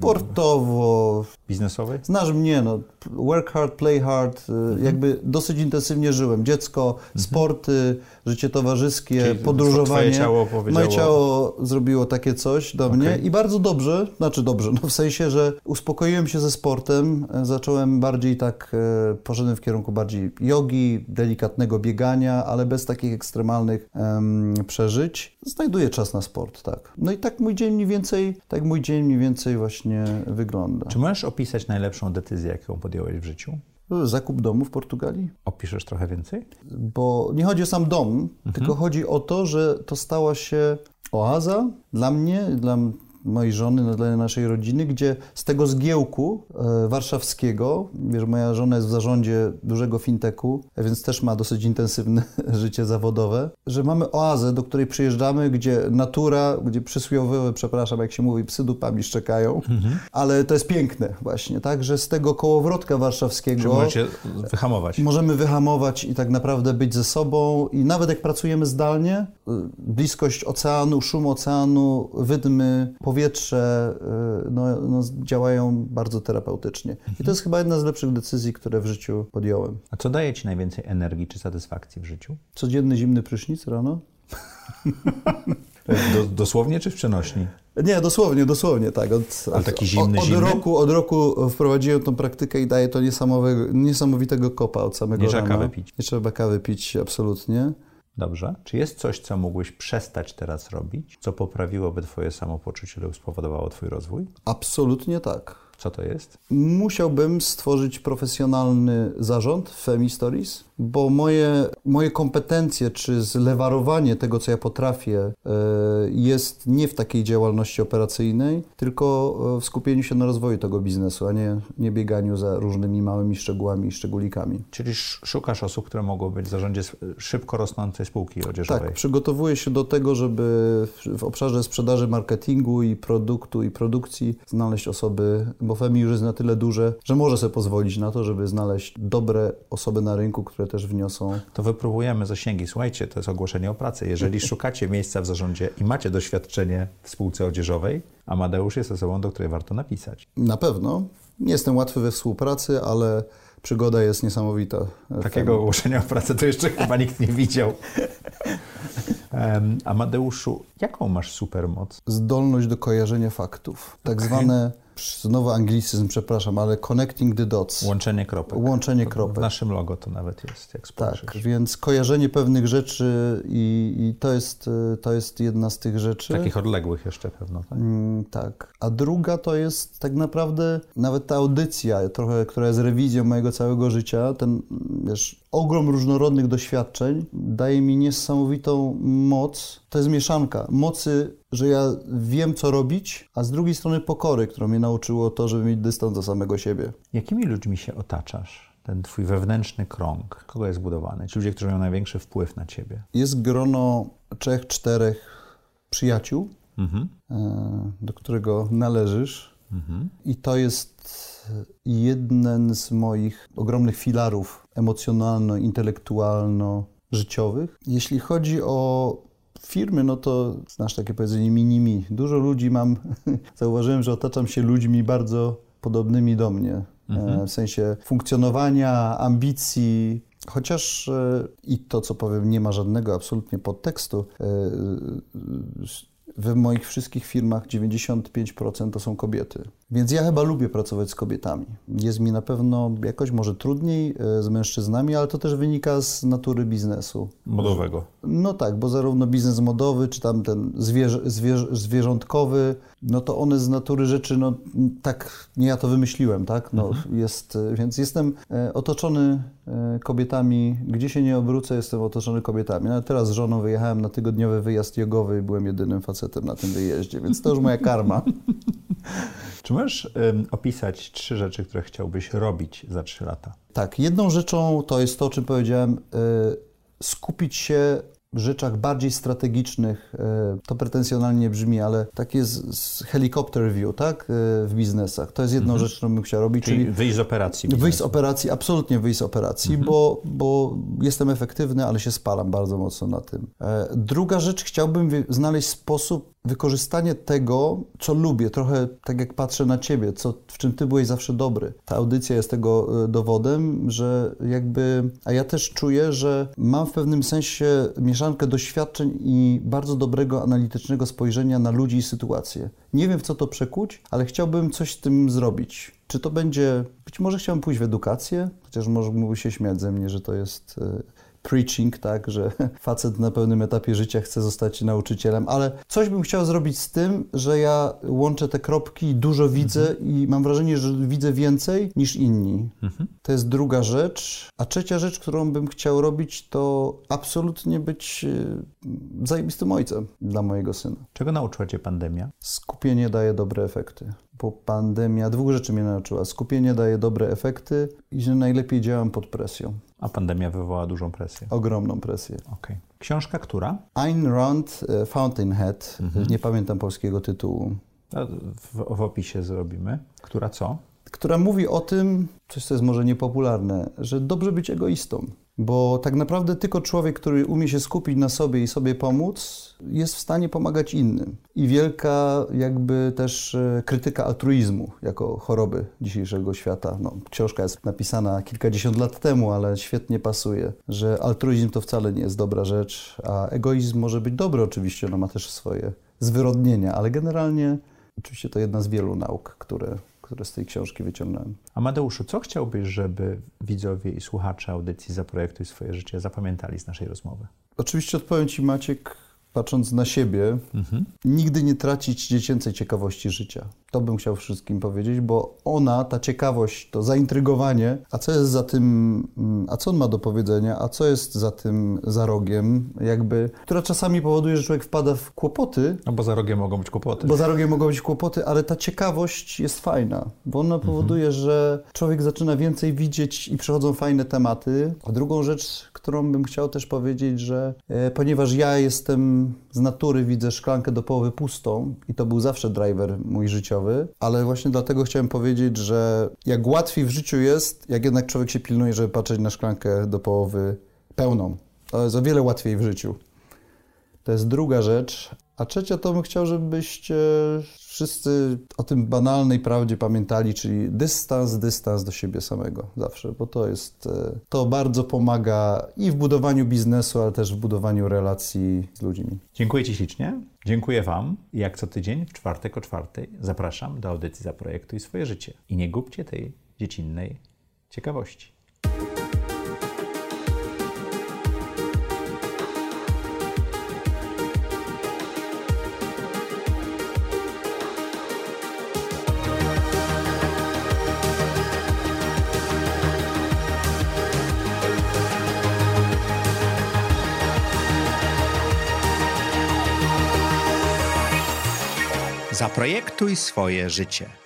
Speaker 5: Sportowo.
Speaker 2: Biznesowej?
Speaker 5: Znasz mnie, no. Work hard, play hard. Mhm. Jakby dosyć intensywnie żyłem. Dziecko, mhm. sporty, życie towarzyskie, czyli podróżowanie.
Speaker 2: Twoje ciało powiedziało...
Speaker 5: Moje ciało zrobiło takie coś do okay. mnie i bardzo dobrze, znaczy dobrze, no w sensie, że uspokoiłem się ze sportem, zacząłem bardziej tak, poszedłem w kierunku bardziej jogi, delikatnego biegania, ale bez takich ekstremalnych um, przeżyć. Znajduję czas na sport, tak. No i tak mój dzień mniej więcej, tak mój dzień mniej więcej właśnie wygląda.
Speaker 2: Czy możesz opisać najlepszą decyzję, jaką podjąłeś w życiu?
Speaker 5: Zakup domu w Portugalii.
Speaker 2: Opiszesz trochę więcej?
Speaker 5: Bo nie chodzi o sam dom, mhm. tylko chodzi o to, że to stała się oaza dla mnie, dla mojej żony, no, dla naszej rodziny, gdzie z tego zgiełku e, warszawskiego, wiesz, moja żona jest w zarządzie dużego fintechu, więc też ma dosyć intensywne życie zawodowe, że mamy oazę, do której przyjeżdżamy, gdzie natura, gdzie przysłowiowe, przepraszam, jak się mówi, psy dupami szczekają, mhm. ale to jest piękne właśnie, tak, że z tego kołowrotka warszawskiego
Speaker 2: czy możecie wyhamować.
Speaker 5: Możemy wyhamować i tak naprawdę być ze sobą i nawet jak pracujemy zdalnie, bliskość oceanu, szum oceanu, wydmy, powietrze no, no, działają bardzo terapeutycznie. Mhm. I to jest chyba jedna z lepszych decyzji, które w życiu podjąłem.
Speaker 2: A co daje ci najwięcej energii czy satysfakcji w życiu?
Speaker 5: Codzienny zimny prysznic rano.
Speaker 2: Do, dosłownie czy w przenośni?
Speaker 5: Nie, dosłownie, dosłownie, tak. Od,
Speaker 2: Ale taki zimny,
Speaker 5: od, od
Speaker 2: zimny?
Speaker 5: Roku, od roku wprowadziłem tą praktykę i daje to niesamowitego kopa od samego
Speaker 2: Nie
Speaker 5: rana.
Speaker 2: Nie trzeba kawy pić.
Speaker 5: Nie trzeba kawy pić, absolutnie.
Speaker 2: Dobrze. Czy jest coś, co mógłbyś przestać teraz robić, co poprawiłoby twoje samopoczucie lub spowodowało twój rozwój?
Speaker 5: Absolutnie tak.
Speaker 2: Co to jest?
Speaker 5: Musiałbym stworzyć profesjonalny zarząd Femi Stories, bo moje, moje kompetencje czy zlewarowanie tego, co ja potrafię, jest nie w takiej działalności operacyjnej, tylko w skupieniu się na rozwoju tego biznesu, a nie, nie bieganiu za różnymi małymi szczegółami i szczególikami.
Speaker 2: Czyli szukasz osób, które mogą być w zarządzie szybko rosnącej spółki odzieżowej?
Speaker 5: Tak, przygotowuję się do tego, żeby w obszarze sprzedaży, marketingu i produktu i produkcji znaleźć osoby, bo Femi już jest na tyle duże, że może sobie pozwolić na to, żeby znaleźć dobre osoby na rynku, które też wniosą.
Speaker 2: To wypróbujemy zasięgi. Słuchajcie, to jest ogłoszenie o pracy. Jeżeli szukacie miejsca w zarządzie i macie doświadczenie w spółce odzieżowej, Amadeusz jest osobą, do której warto napisać.
Speaker 5: Na pewno. Nie jestem łatwy we współpracy, ale przygoda jest niesamowita.
Speaker 2: Takiego ogłoszenia o pracę to jeszcze chyba nikt nie widział. Um, Amadeuszu, jaką masz supermoc?
Speaker 5: Zdolność do kojarzenia faktów. Tak okay. zwane, znowu anglicyzm, przepraszam, ale connecting the dots.
Speaker 2: Łączenie kropek.
Speaker 5: Łączenie kropek.
Speaker 2: W naszym logo to nawet jest, jak spojrzysz.
Speaker 5: Tak, więc kojarzenie pewnych rzeczy i, i to, jest, to jest jedna z tych rzeczy.
Speaker 2: Takich odległych jeszcze pewno, tak?
Speaker 5: Mm, tak. A druga to jest tak naprawdę nawet ta audycja, trochę, która jest rewizją mojego całego życia, ten, wiesz, ogrom różnorodnych doświadczeń daje mi niesamowitą moc. To jest mieszanka mocy, że ja wiem, co robić, a z drugiej strony pokory, którą mnie nauczyło to, żeby mieć dystans do samego siebie.
Speaker 2: Jakimi ludźmi się otaczasz? Ten twój wewnętrzny krąg, kogo jest zbudowany? Ci ludzie, którzy mają największy wpływ na ciebie?
Speaker 5: Jest grono trzech, czterech przyjaciół, mhm. do którego należysz. Mhm. I to jest jeden z moich ogromnych filarów emocjonalno-intelektualno-życiowych. Jeśli chodzi o firmy, no to znasz takie powiedzenie mini-mi. Dużo ludzi mam, zauważyłem, że otaczam się ludźmi bardzo podobnymi do mnie. Mhm. W sensie funkcjonowania, ambicji, chociaż i to, co powiem, nie ma żadnego absolutnie podtekstu. W moich wszystkich firmach dziewięćdziesiąt pięć procent to są kobiety. Więc ja chyba lubię pracować z kobietami. Jest mi na pewno jakoś może trudniej z mężczyznami, ale to też wynika z natury biznesu.
Speaker 2: Modowego.
Speaker 5: No tak, bo zarówno biznes modowy, czy tam ten zwierzę, zwierzę, zwierzątkowy, no to one z natury rzeczy, no tak, nie ja to wymyśliłem, tak? No, mhm. jest, więc jestem otoczony kobietami, gdzie się nie obrócę, jestem otoczony kobietami. No, teraz z żoną wyjechałem na tygodniowy wyjazd jogowy i byłem jedynym facetem na tym wyjeździe, więc to już moja karma.
Speaker 2: Czy możesz um, opisać trzy rzeczy, które chciałbyś robić za trzy lata?
Speaker 5: Tak, jedną rzeczą to jest to, o czym powiedziałem, y, skupić się w rzeczach bardziej strategicznych, y, to pretensjonalnie brzmi, ale tak jest z helicopter view, tak, y, w biznesach. To jest jedną mhm. rzecz, którą bym chciał robić.
Speaker 2: Czyli, czyli wyjść z operacji.
Speaker 5: Biznesu. Wyjść z operacji, absolutnie wyjść z operacji, mhm. bo, bo jestem efektywny, ale się spalam bardzo mocno na tym. E, druga rzecz, chciałbym wy- znaleźć sposób wykorzystanie tego, co lubię, trochę tak jak patrzę na ciebie, co, w czym ty byłeś zawsze dobry. Ta audycja jest tego dowodem, że jakby, a ja też czuję, że mam w pewnym sensie mieszankę doświadczeń i bardzo dobrego analitycznego spojrzenia na ludzi i sytuacje. Nie wiem, w co to przekuć, ale chciałbym coś z tym zrobić. Czy to będzie, być może chciałbym pójść w edukację, chociaż może mógłby się śmiać ze mnie, że to jest preaching, tak, że facet na pewnym etapie życia chce zostać nauczycielem, ale coś bym chciał zrobić z tym, że ja łączę te kropki, dużo widzę mhm. i mam wrażenie, że widzę więcej niż inni. Mhm. To jest druga rzecz. A trzecia rzecz, którą bym chciał robić, to absolutnie być zajebistym ojcem dla mojego syna.
Speaker 2: Czego nauczyła cię pandemia?
Speaker 5: Skupienie daje dobre efekty. Bo pandemia dwóch rzeczy mnie nauczyła. Skupienie daje dobre efekty i że najlepiej działam pod presją.
Speaker 2: A pandemia wywołała dużą presję?
Speaker 5: Ogromną presję.
Speaker 2: Okay. Książka która?
Speaker 5: Ayn Rand, Fountainhead. Mhm. Nie pamiętam polskiego tytułu.
Speaker 2: W, w opisie zrobimy. Która co?
Speaker 5: Która mówi o tym, coś co jest może niepopularne, że dobrze być egoistą. Bo tak naprawdę tylko człowiek, który umie się skupić na sobie i sobie pomóc, jest w stanie pomagać innym. I wielka jakby też krytyka altruizmu jako choroby dzisiejszego świata. No, książka jest napisana kilkadziesiąt lat temu, ale świetnie pasuje, że altruizm to wcale nie jest dobra rzecz, a egoizm może być dobry oczywiście, no ma też swoje zwyrodnienia, ale generalnie oczywiście to jedna z wielu nauk, które... które z tej książki wyciągnąłem.
Speaker 2: Amadeuszu, co chciałbyś, żeby widzowie i słuchacze audycji Zaprojektuj swoje życie zapamiętali z naszej rozmowy?
Speaker 5: Oczywiście odpowiem ci, Maciek, patrząc na siebie, mhm. nigdy nie tracić dziecięcej ciekawości życia. To bym chciał wszystkim powiedzieć, bo ona, ta ciekawość, to zaintrygowanie, a co jest za tym, a co on ma do powiedzenia, a co jest za tym za rogiem, jakby, która czasami powoduje, że człowiek wpada w kłopoty.
Speaker 2: No bo za rogiem mogą być kłopoty.
Speaker 5: Bo za rogiem mogą być kłopoty, ale ta ciekawość jest fajna, bo ona powoduje, mhm. że człowiek zaczyna więcej widzieć i przychodzą fajne tematy. A drugą rzecz, którą bym chciał też powiedzieć, że e, ponieważ ja jestem z natury, widzę szklankę do połowy pustą i to był zawsze driver mój życiowy, ale właśnie dlatego chciałem powiedzieć, że jak łatwiej w życiu jest, jak jednak człowiek się pilnuje, żeby patrzeć na szklankę do połowy pełną. To jest o wiele łatwiej w życiu. To jest druga rzecz. A trzecia to bym chciał, żebyście wszyscy o tym banalnej prawdzie pamiętali, czyli dystans, dystans do siebie samego zawsze, bo to jest, to bardzo pomaga i w budowaniu biznesu, ale też w budowaniu relacji z ludźmi.
Speaker 2: Dziękuję ci ślicznie. Dziękuję wam. I jak co tydzień w czwartek o czwartej zapraszam do audycji Zaprojektuj swoje życie. I nie gubcie tej dziecinnej ciekawości.
Speaker 3: Zaprojektuj swoje życie.